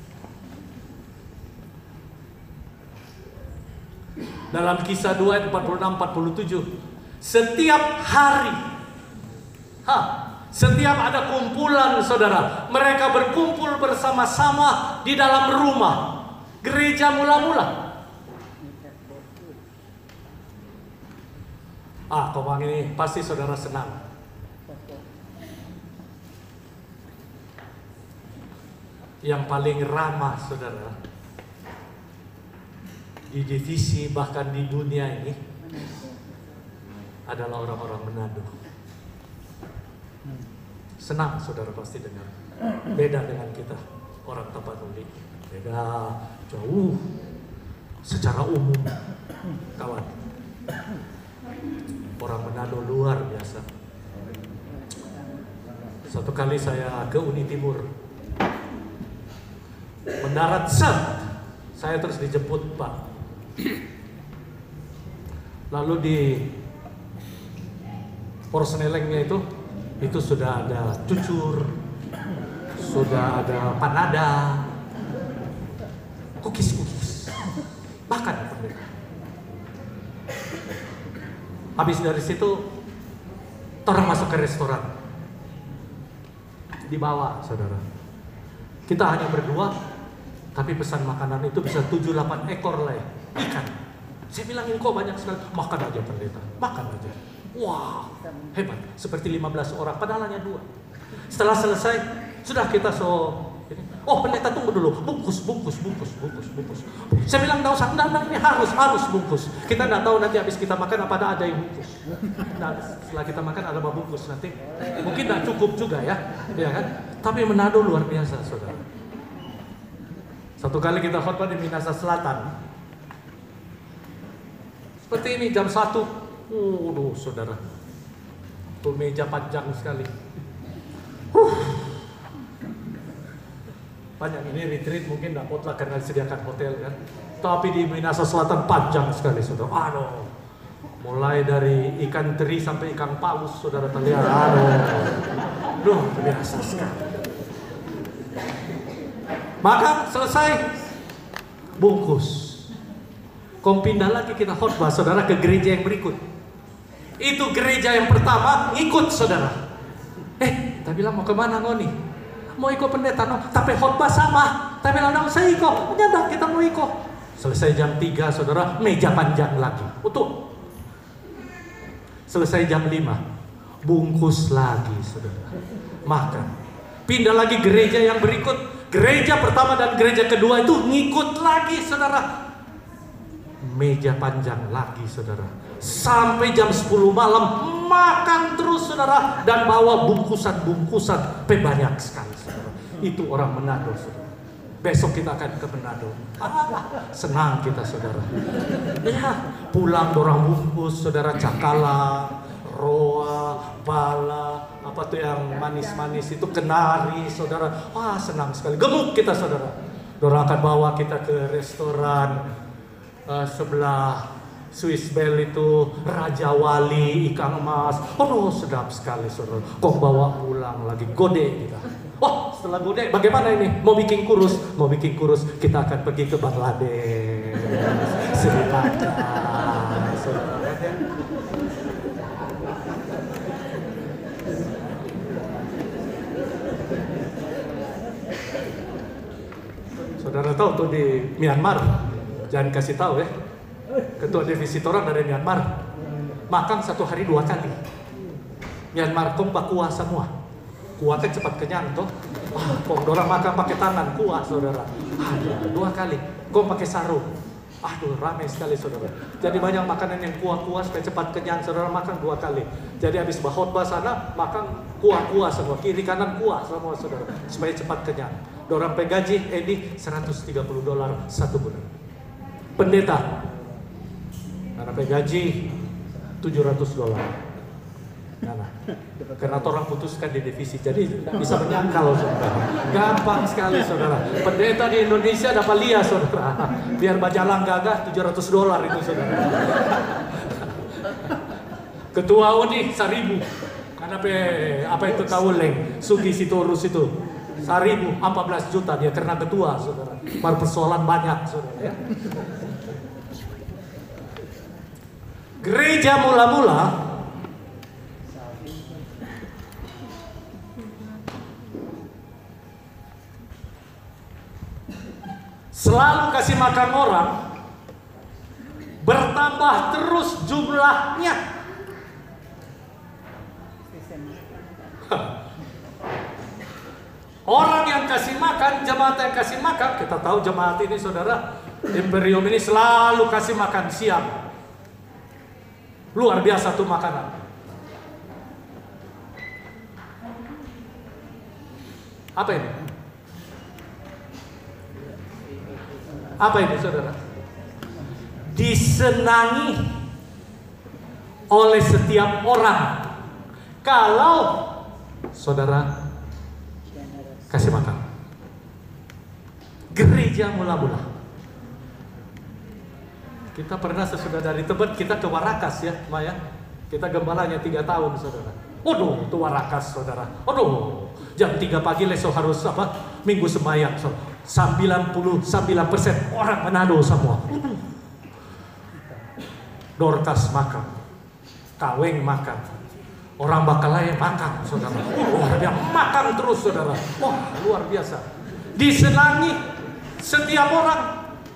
Dalam Kisah 2 ayat 46-47, setiap hari, setiap ada kumpulan, saudara, mereka berkumpul bersama-sama di dalam rumah gereja mula-mula. Komang ini pasti saudara senang. Yang paling ramah, saudara, di divisi bahkan di dunia ini adalah orang-orang Manado. Senang, saudara pasti dengar. Beda dengan kita, orang Tapanuli. Beda jauh secara umum, kawan. Orang Manado luar biasa. Satu kali saya ke Uni Timur, mendarat saya terus dijemput Pak. Lalu di Porsenelengnya itu sudah ada cucur, sudah ada panada, cookies, makan. Habis dari situ, orang masuk ke restoran, dibawa, saudara. Kita hanya berdua, tapi pesan makanan itu bisa 7-8 ekor lah ya, ikan. Saya bilang ini kok banyak sekali. Makan aja pendeta, makan aja. Wah, hebat. Seperti 15 orang, padahal hanya 2. Setelah selesai, sudah kita Oh pendeta tunggu dulu, bungkus. Saya bilang nggak usah, enggak, ini harus bungkus. Kita nggak tahu nanti habis kita makan apa ada yang bungkus. Nah, setelah kita makan ada apa bungkus nanti, mungkin nggak cukup juga ya kan? Tapi Manado luar biasa, saudara. Satu kali kita khotbah di Minahasa Selatan, seperti ini jam 1, saudara, tuh meja panjang sekali. Banyak ini retreat mungkin nggak potluck karena disediakan hotel kan. Tapi di Minahasa Selatan panjang sekali, saudara. Aduh, mulai dari ikan teri sampai ikan paus, saudara terlihat. Aduh, biasa sekali. Maka selesai bungkus. Kau pindah lagi kita khotbah, saudara, ke gereja yang berikut. Itu gereja yang pertama ngikut, saudara. Kita bilang mau kemana ngoni? Mau ikut pendeta, no. Tapi khotbah sama. Tapi bilang, saya ikut. Nyata kita mau ikut. Selesai jam 3, saudara, meja panjang lagi. Utuh. Selesai jam 5, bungkus lagi, saudara. Makan. Pindah lagi gereja yang berikut. Gereja pertama dan gereja kedua itu ngikut lagi, saudara. Meja panjang lagi, saudara. Sampai jam 10 malam makan terus, saudara, dan bawa bungkusan-bungkusan banyak sekali, saudara. Itu orang Manado, saudara. Besok kita akan ke Manado. Senang kita, saudara. Ya, pulang dorang bungkus, saudara, cakala, roa, bala, apa tuh yang manis-manis itu, kenari, saudara. Senang sekali. Gemuk kita, saudara. Dorang akan bawa kita ke restoran sebelah Swiss Bell itu, Raja Wali, ikan emas. Sedap sekali, saudara. Kok bawa pulang lagi, gode kita. Setelah gode, bagaimana ini? Mau bikin kurus, kita akan pergi ke Bangladesh, Sri Lanka, saudara. Saudara tahu tuh di Myanmar, jangan kasih tahu ya. Ketua divisi orang dari Myanmar makan 1 hari 2 kali. Myanmar kong kuah semua. Kuah kan cepat kenyang toh. Kong dorang makan pakai tangan kuah, saudara. 2 kali. Kong pakai sarung. Ramai sekali, saudara. Jadi banyak makanan yang kuah-kuah supaya cepat kenyang, saudara, makan 2 kali. Jadi habis khotbah sana makan kuah-kuah semua, kiri kanan kuah semua, saudara, supaya cepat kenyang. Dorang gaji Edi $130 1 bulan. Pendeta karena gaji $700. Karena orang putuskan di divisi, jadi bisa menyangkal, saudara. Gampang sekali, saudara. Pendeta di Indonesia dapat lihat, saudara. Biar bajalang gagah $700 itu, saudara. Ketua UNI 1.000. Karena apa itu Kauleng, Sugi Sitorus itu 1.000, 14 juta dia karena ketua, saudara. Persoalan banyak, saudara ya. Gereja mula-mula selalu kasih makan orang, bertambah terus jumlahnya. Orang yang kasih makan, jemaat yang kasih makan, kita tahu jemaat ini, saudara, Imperium ini selalu kasih makan siang. Luar biasa tuh makanan. Apa ini? Apa ini, saudara? Disenangi oleh setiap orang kalau saudara kasih makan. Gereja mula-mula. Kita pernah sesudah dari Tebet kita ke Warakas ya, Maya. Kita gembalanya 3 tahun, saudara. Itu Warakas, saudara. Jam 3 pagi leso harus minggu sembahyang. 99% orang Manado semua. Dorcas makan, Kaweng makan, orang Bakalaya makan, saudara. Dia makan terus, saudara. Luar biasa. Disenangi setiap orang.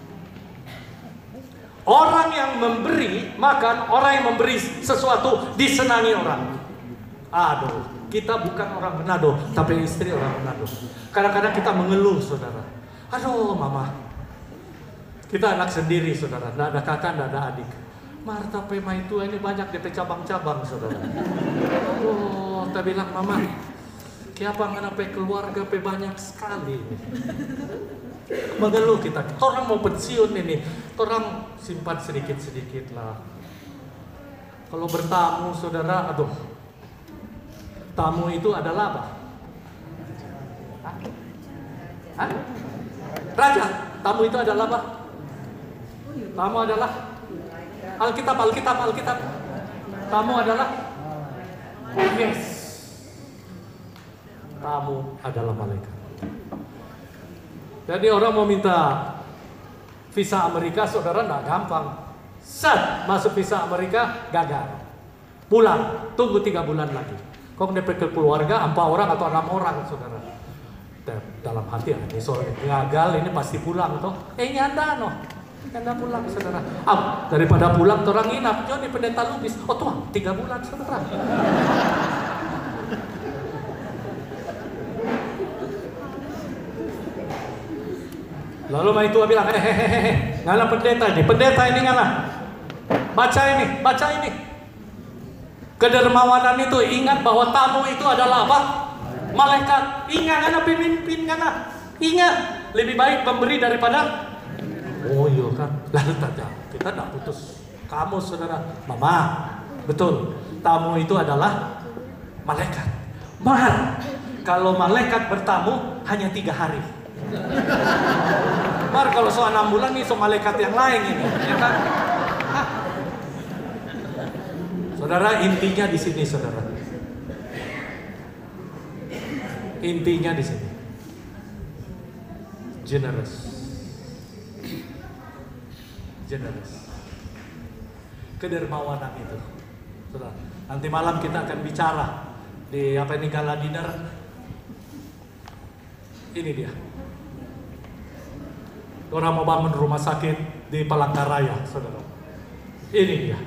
Orang yang memberi makan, orang yang memberi sesuatu disenangi orang. Kita bukan orang Manado, tapi istri orang Manado. Kadang-kadang kita mengeluh, saudara. Aduh, mama. Kita anak sendiri, saudara. Tidak ada kakak, tidak ada adik. Marta Pema itu ini banyak DP cabang-cabang, saudara. Aduh, kita bilang, mama, kenapa kenapa keluarga pe banyak sekali. Mengeluh kita. Orang mau pensiun ini, orang simpan sedikit-sedikit lah. Kalau bertamu, saudara, aduh. Tamu itu adalah apa? Hah? Raja. Tamu itu adalah apa? Tamu adalah Alkitab. Tamu adalah yes. Tamu adalah malaikat. Jadi orang mau minta visa Amerika, saudara, tidak gampang. Set masuk visa Amerika, gagal. Pulang, tunggu 3 bulan lagi. Kok dapat ke keluarga 4 orang atau 6 orang, saudara. Dalam hati ini soalnya gagal, ini pasti pulang toh. Nyanda no. Nyanda pulang, saudara. Daripada pulang orang nginap, Joni pendeta Lubis. Oh tuh 3 bulan, saudara. Lalu mah itu bilang, hehehe, ngalah pendeta ini ngalah. Baca ini. Kedermawanan itu ingat bahwa tamu itu adalah apa? Malaikat. Ingat karena pemimpin karena. Ingat, lebih baik memberi daripada. Oh iya kan. Lalu saja kita tidak putus. Kamu saudara, mama, betul. Tamu itu adalah malaikat. Mahal. Kalau malaikat bertamu hanya 3 hari. Mar kalau soal 6 bulan nih so malaikat yang lain ini, ya kan? Saudara, intinya di sini, saudara. Intinya di sini. Generous. Kedermawanan itu. Saudara, nanti malam kita akan bicara di gala dinner. Ini dia. Orang mau bangun rumah sakit di Palangkaraya, saudara. Ini dia.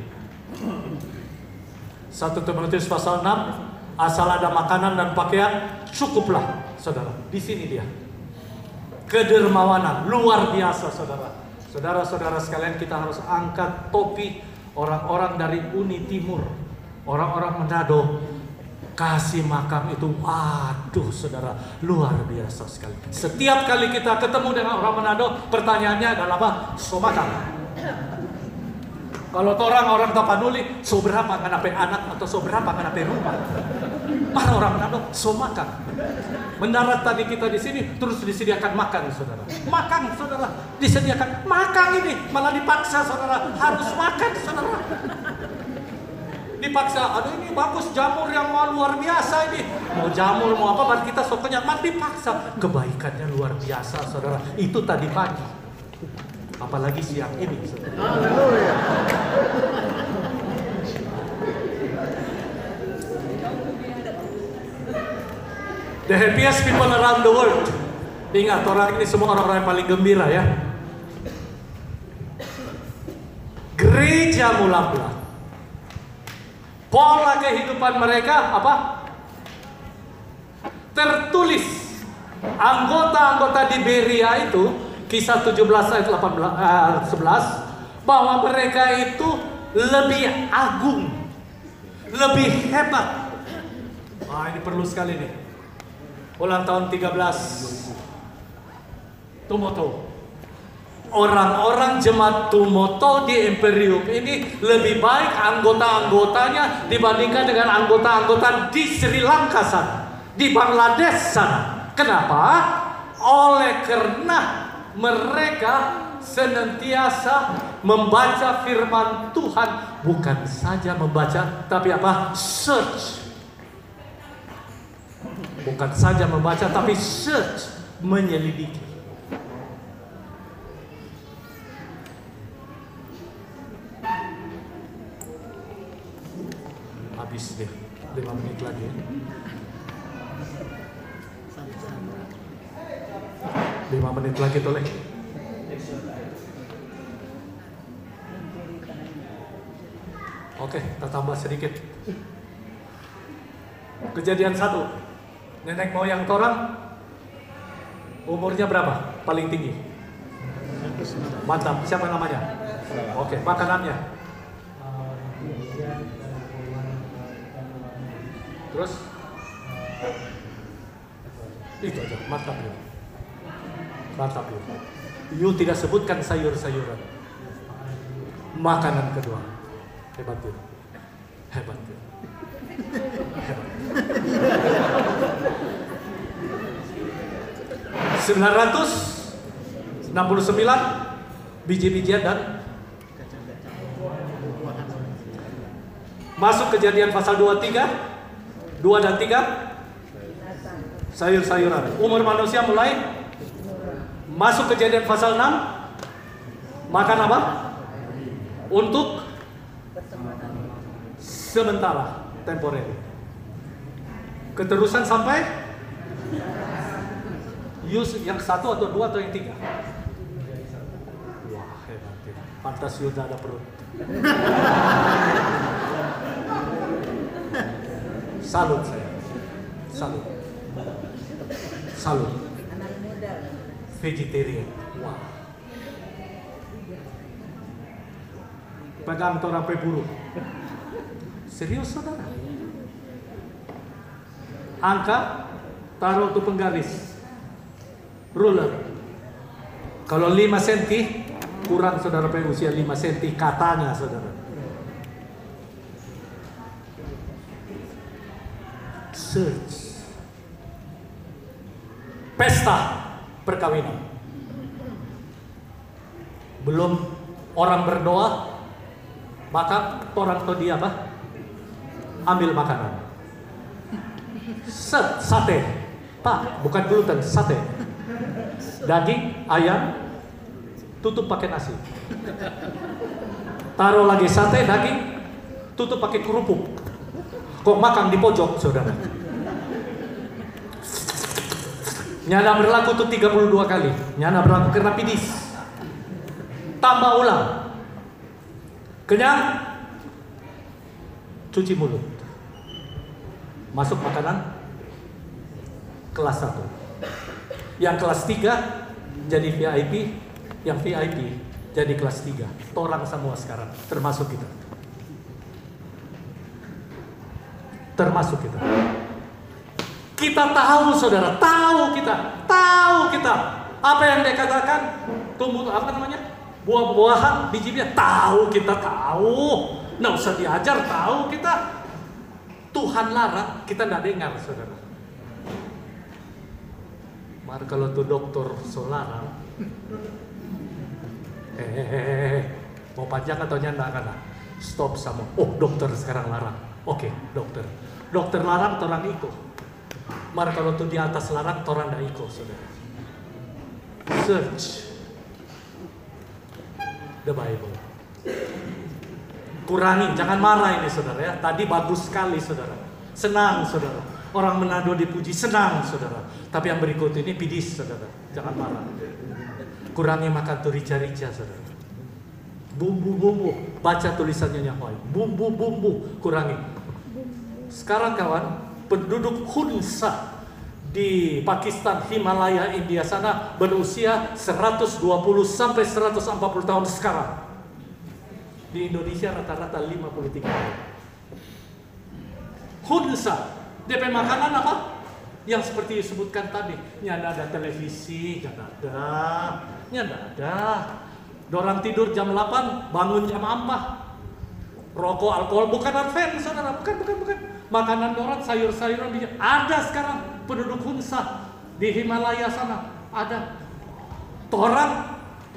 1 Timotius pasal 6, asal ada makanan dan pakaian, cukuplah, saudara. Di sini dia. Kedermawanan luar biasa, saudara. Saudara-saudara sekalian, kita harus angkat topi orang-orang dari Uni Timur, orang-orang Manado. Kasih makam itu, aduh saudara, luar biasa sekali. Setiap kali kita ketemu dengan orang Manado, pertanyaannya adalah apa? So makam. Kalau orang Tapanuli, so berapa nganape anak atau so berapa nganape rumah? Mana orang Manado, so makan. Mendarat tadi kita di sini, terus disediakan makan, saudara. Makan, saudara, disediakan makan ini, malah dipaksa, saudara, harus makan, saudara. Dipaksa, aduh ini bagus jamur yang luar biasa ini. Mau jamur, mau apa, baru kita sok kenyang, dipaksa. Kebaikannya luar biasa, saudara. Itu tadi pagi. Apalagi siang ini, saudara. Haleluya. The happiest people around the world. Ingat, orang ini semua orang-orang yang paling gembira ya. Gereja mula-mula. Pola kehidupan mereka apa? Tertulis anggota-anggota di Berea itu, kisah 17 ayat 11, bahwa mereka itu lebih agung, lebih hebat. Ini perlu sekali nih. Ulang tahun 13 Tumoto. Orang-orang jemaat Tumoto di Imperium ini lebih baik anggota-anggotanya dibandingkan dengan anggota-anggota di Sri Lanka sana, di Bangladesh sana. Kenapa? Oleh karena mereka senantiasa membaca firman Tuhan, bukan saja membaca, tapi apa? Search. Bukan saja membaca, tapi search, menyelidiki. Habis deh, 5 menit lagi. 5 menit lagi toleh. Oke, kita tambah sedikit. Kejadian 1. Nenek moyang torang umurnya berapa? Paling tinggi. Mantap. Siapa namanya? Oke, makanannya. Terus? Itu aja, mantap ya. Mantap ya. You tidak sebutkan sayur-sayuran. Makanan kedua. Hebat ya. Hebat ya. Hebat. 969 biji-bijian dan masuk Kejadian pasal 23, 2 dan 3 sayur-sayuran. Umur manusia mulai masuk Kejadian pasal 6 makan apa? Untuk sementara, temporary. Keterusan sampai use yang 1 atau 2 atau yang 3? Wah, hebat ya. Pantas Yuda ada perut. Salut saya. Salut. Salut. Vegetarian. Wah. Pegang orang peburu. Serius saudara? Angka, taruh untuk penggaris. Ruler. Kalau 5 cm kurang saudara pada usia 5 cm katanya saudara. Search. Pesta perkawinan. Belum orang berdoa, maka orang atau dia apa? Ambil makanan. Sate. Pak, bukan gluten, sate. Daging, ayam, tutup pakai nasi. Taruh lagi sate, daging, tutup pakai kerupuk. Kok makan di pojok, saudara? Nyana berlaku tuh 32 kali. Nyana berlaku karena pidis. Tambah ulang. Kenyang, cuci mulut. Masuk makanan kelas 1. Yang kelas 3 jadi VIP, yang VIP jadi kelas 3. Torang semua sekarang, termasuk kita. Termasuk kita. Kita tahu saudara, tahu kita. Apa yang dia katakan, tumbuh apa namanya? Buah-buahan, biji-bijian, tahu kita tahu. Nggak usah diajar, tahu kita. Tuhan larang, kita nggak dengar saudara. Mar kalau tuh dokter solarang, mau pajak atau nyanda kan? Stop sama. Oh dokter sekarang larang. Oke dokter. Dokter larang, torang ikut. Mar kalau tuh di atas larang, torang nggak ikut saudara. Search the Bible. Kurangi, jangan marah ini saudara ya. Tadi bagus sekali saudara. Senang saudara. Orang Manado dipuji, senang saudara. Tapi yang berikut ini pidis saudara. Jangan marah. Kurangi makan tuh rica-rica saudara. Bumbu-bumbu. Baca tulisannya Nyahoy. Bumbu-bumbu kurangi. Sekarang kawan, penduduk Hunza di Pakistan, Himalaya, India sana berusia 120 sampai 140 tahun sekarang. Di Indonesia rata-rata 53 tahun. Hunza, DP makanan apa? Yang seperti disebutkan tadi, nyada ada televisi, nyada ada. Dorang tidur jam 8, bangun jam 4. Rokok, alkohol, bukan advent saudara, bukan. Makanan dorang, sayur-sayuran ada sekarang penduduk Hunza di Himalaya sana ada. Torang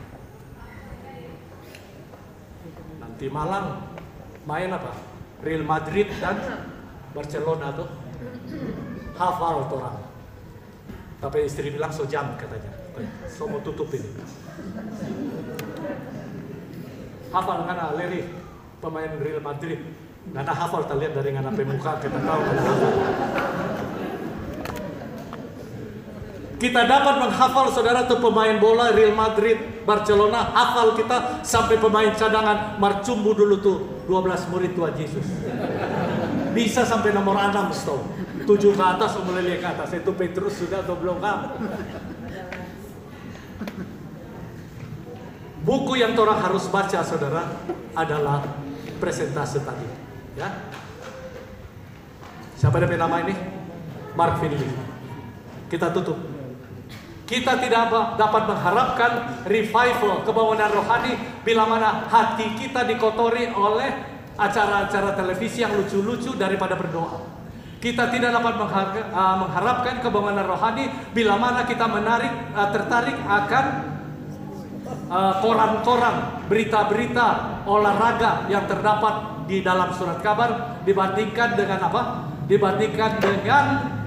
nanti malam main apa? Real Madrid dan Barcelona tuh hafal torang. Tapi istri bilang so jam katanya. So mau tutup ini. Hafal ngana Leri pemain Real Madrid. Ngana hafal kita lihat dari ngana pemuka kita tahu ngana hafal. Kita dapat menghafal saudara tuh pemain bola Real Madrid, Barcelona, hafal kita sampai pemain cadangan Marcumbu dulu tuh 12 murid Tuhan Yesus. Bisa sampai nomor 6 stop. 7 ke atas, mulai lihat ke atas. Itu Petrus sudah atau belum? Buku yang orang harus baca, saudara, adalah presentase tadi. Ya. Siapa yang nama ini? Mark Finley. Kita tutup. Kita tidak dapat mengharapkan revival, kebangunan rohani, bila mana hati kita dikotori oleh acara-acara televisi yang lucu-lucu daripada berdoa. Kita tidak dapat mengharapkan kebangunan rohani bila mana kita tertarik akan koran-koran, berita-berita olahraga yang terdapat di dalam surat kabar dibandingkan dengan apa? Dibandingkan dengan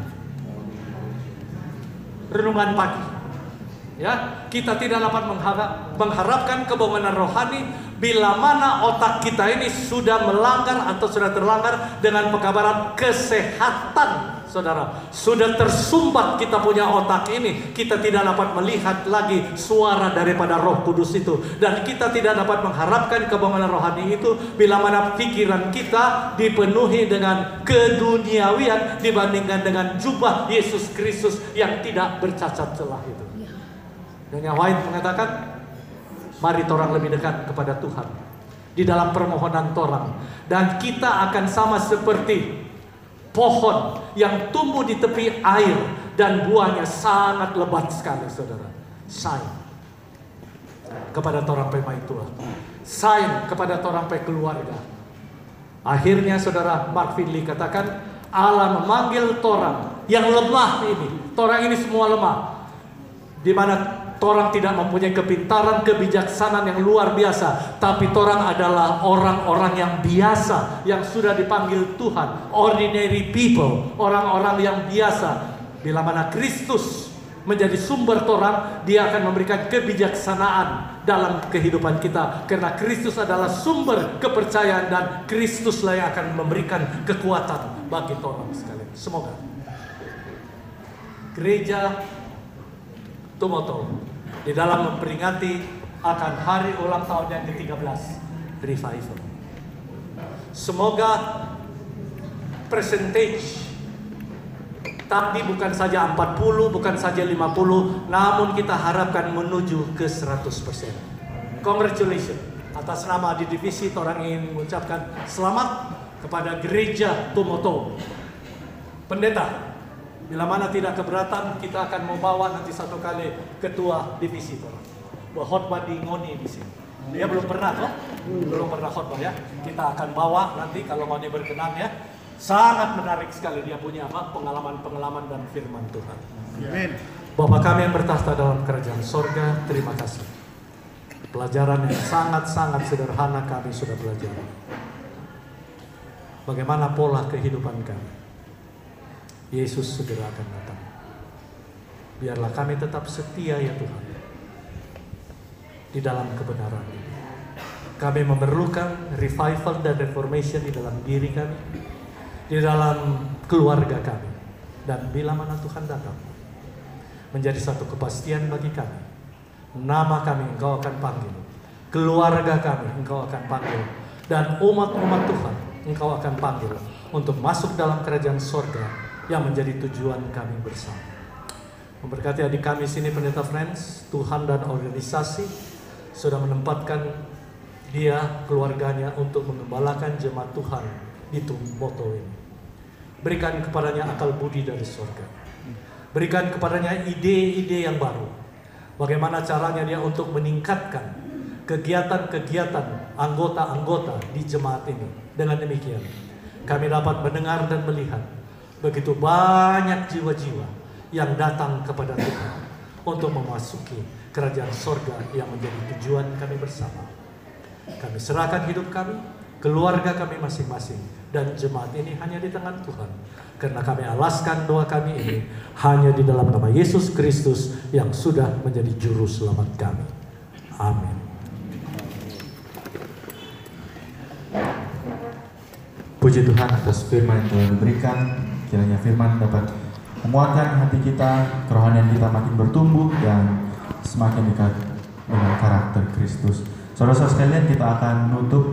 renungan pagi. Ya, kita tidak dapat mengharapkan kebangunan rohani bila mana otak kita ini sudah melanggar atau sudah terlanggar dengan pekabaran kesehatan, saudara. Sudah tersumbat kita punya otak ini, kita tidak dapat melihat lagi suara daripada Roh Kudus itu, dan kita tidak dapat mengharapkan kebangunan rohani itu bila mana pikiran kita dipenuhi dengan keduniawian dibandingkan dengan jubah Yesus Kristus yang tidak bercacat celah itu. Dan yang White mengatakan, mari torang lebih dekat kepada Tuhan di dalam permohonan torang, dan kita akan sama seperti pohon yang tumbuh di tepi air dan buahnya sangat lebat sekali, saudara. Sign kepada torang pemain Tuhan, sign kepada torang pe keluarga. Akhirnya, saudara, Mark Finley katakan, Allah memanggil torang yang lemah ini. Torang ini semua lemah, di mana torang tidak mempunyai kepintaran, kebijaksanaan yang luar biasa, tapi torang adalah orang-orang yang biasa, yang sudah dipanggil Tuhan, ordinary people, orang-orang yang biasa. Bila mana Kristus menjadi sumber torang, Dia akan memberikan kebijaksanaan dalam kehidupan kita, karena Kristus adalah sumber kepercayaan, dan Kristuslah yang akan memberikan kekuatan bagi torang sekalian. Semoga gereja Tumoto di dalam memperingati akan hari ulang tahun yang ke-13 revival, semoga percentage tadi bukan saja 40, bukan saja 50, namun kita harapkan menuju ke 100%. Congratulations atas nama di divisi, orang ingin mengucapkan selamat kepada gereja Tumoto. Pendeta, bila mana tidak keberatan, kita akan membawa nanti satu kali ketua divisi berkhotbah di Ngoni di sini. Dia belum pernah toh? Belum pernah khotbah ya. Kita akan bawa nanti kalau Ngoni berkenan ya. Sangat menarik sekali dia punya apa? Pengalaman-pengalaman dan firman Tuhan. Amin. Bapa kami yang bertahta dalam kerajaan sorga, terima kasih. Pelajaran yang sangat-sangat sederhana kami sudah belajar. Bagaimana pola kehidupan kami. Yesus segera akan datang. Biarlah kami tetap setia ya Tuhan di dalam kebenaran ini. Kami memerlukan revival dan reformation di dalam diri kami, di dalam keluarga kami. Dan bila mana Tuhan datang, menjadi satu kepastian bagi kami. Nama kami Engkau akan panggil, keluarga kami Engkau akan panggil, dan umat-umat Tuhan Engkau akan panggil untuk masuk dalam kerajaan sorga yang menjadi tujuan kami bersama. Memberkati adik kami sini, Pendeta Friends, Tuhan dan organisasi sudah menempatkan dia, keluarganya untuk mengembalakan jemaat Tuhan di Tumoto ini. Berikan kepadanya akal budi dari surga. Berikan kepadanya ide-ide yang baru. Bagaimana caranya dia untuk meningkatkan kegiatan-kegiatan anggota-anggota di jemaat ini. Dengan demikian, kami dapat mendengar dan melihat begitu banyak jiwa-jiwa yang datang kepada Tuhan untuk memasuki kerajaan sorga yang menjadi tujuan kami bersama. Kami serahkan hidup kami, keluarga kami masing-masing, dan jemaat ini hanya di tangan Tuhan. Karena kami alaskan doa kami ini hanya di dalam nama Yesus Kristus yang sudah menjadi juru selamat kami. Amin. Puji Tuhan atas firman yang telah diberikan. Kiranya firman dapat menguatkan hati kita, kerohanian kita makin bertumbuh dan semakin dekat dengan karakter Kristus. Saudara-saudara sekalian, kita akan menutup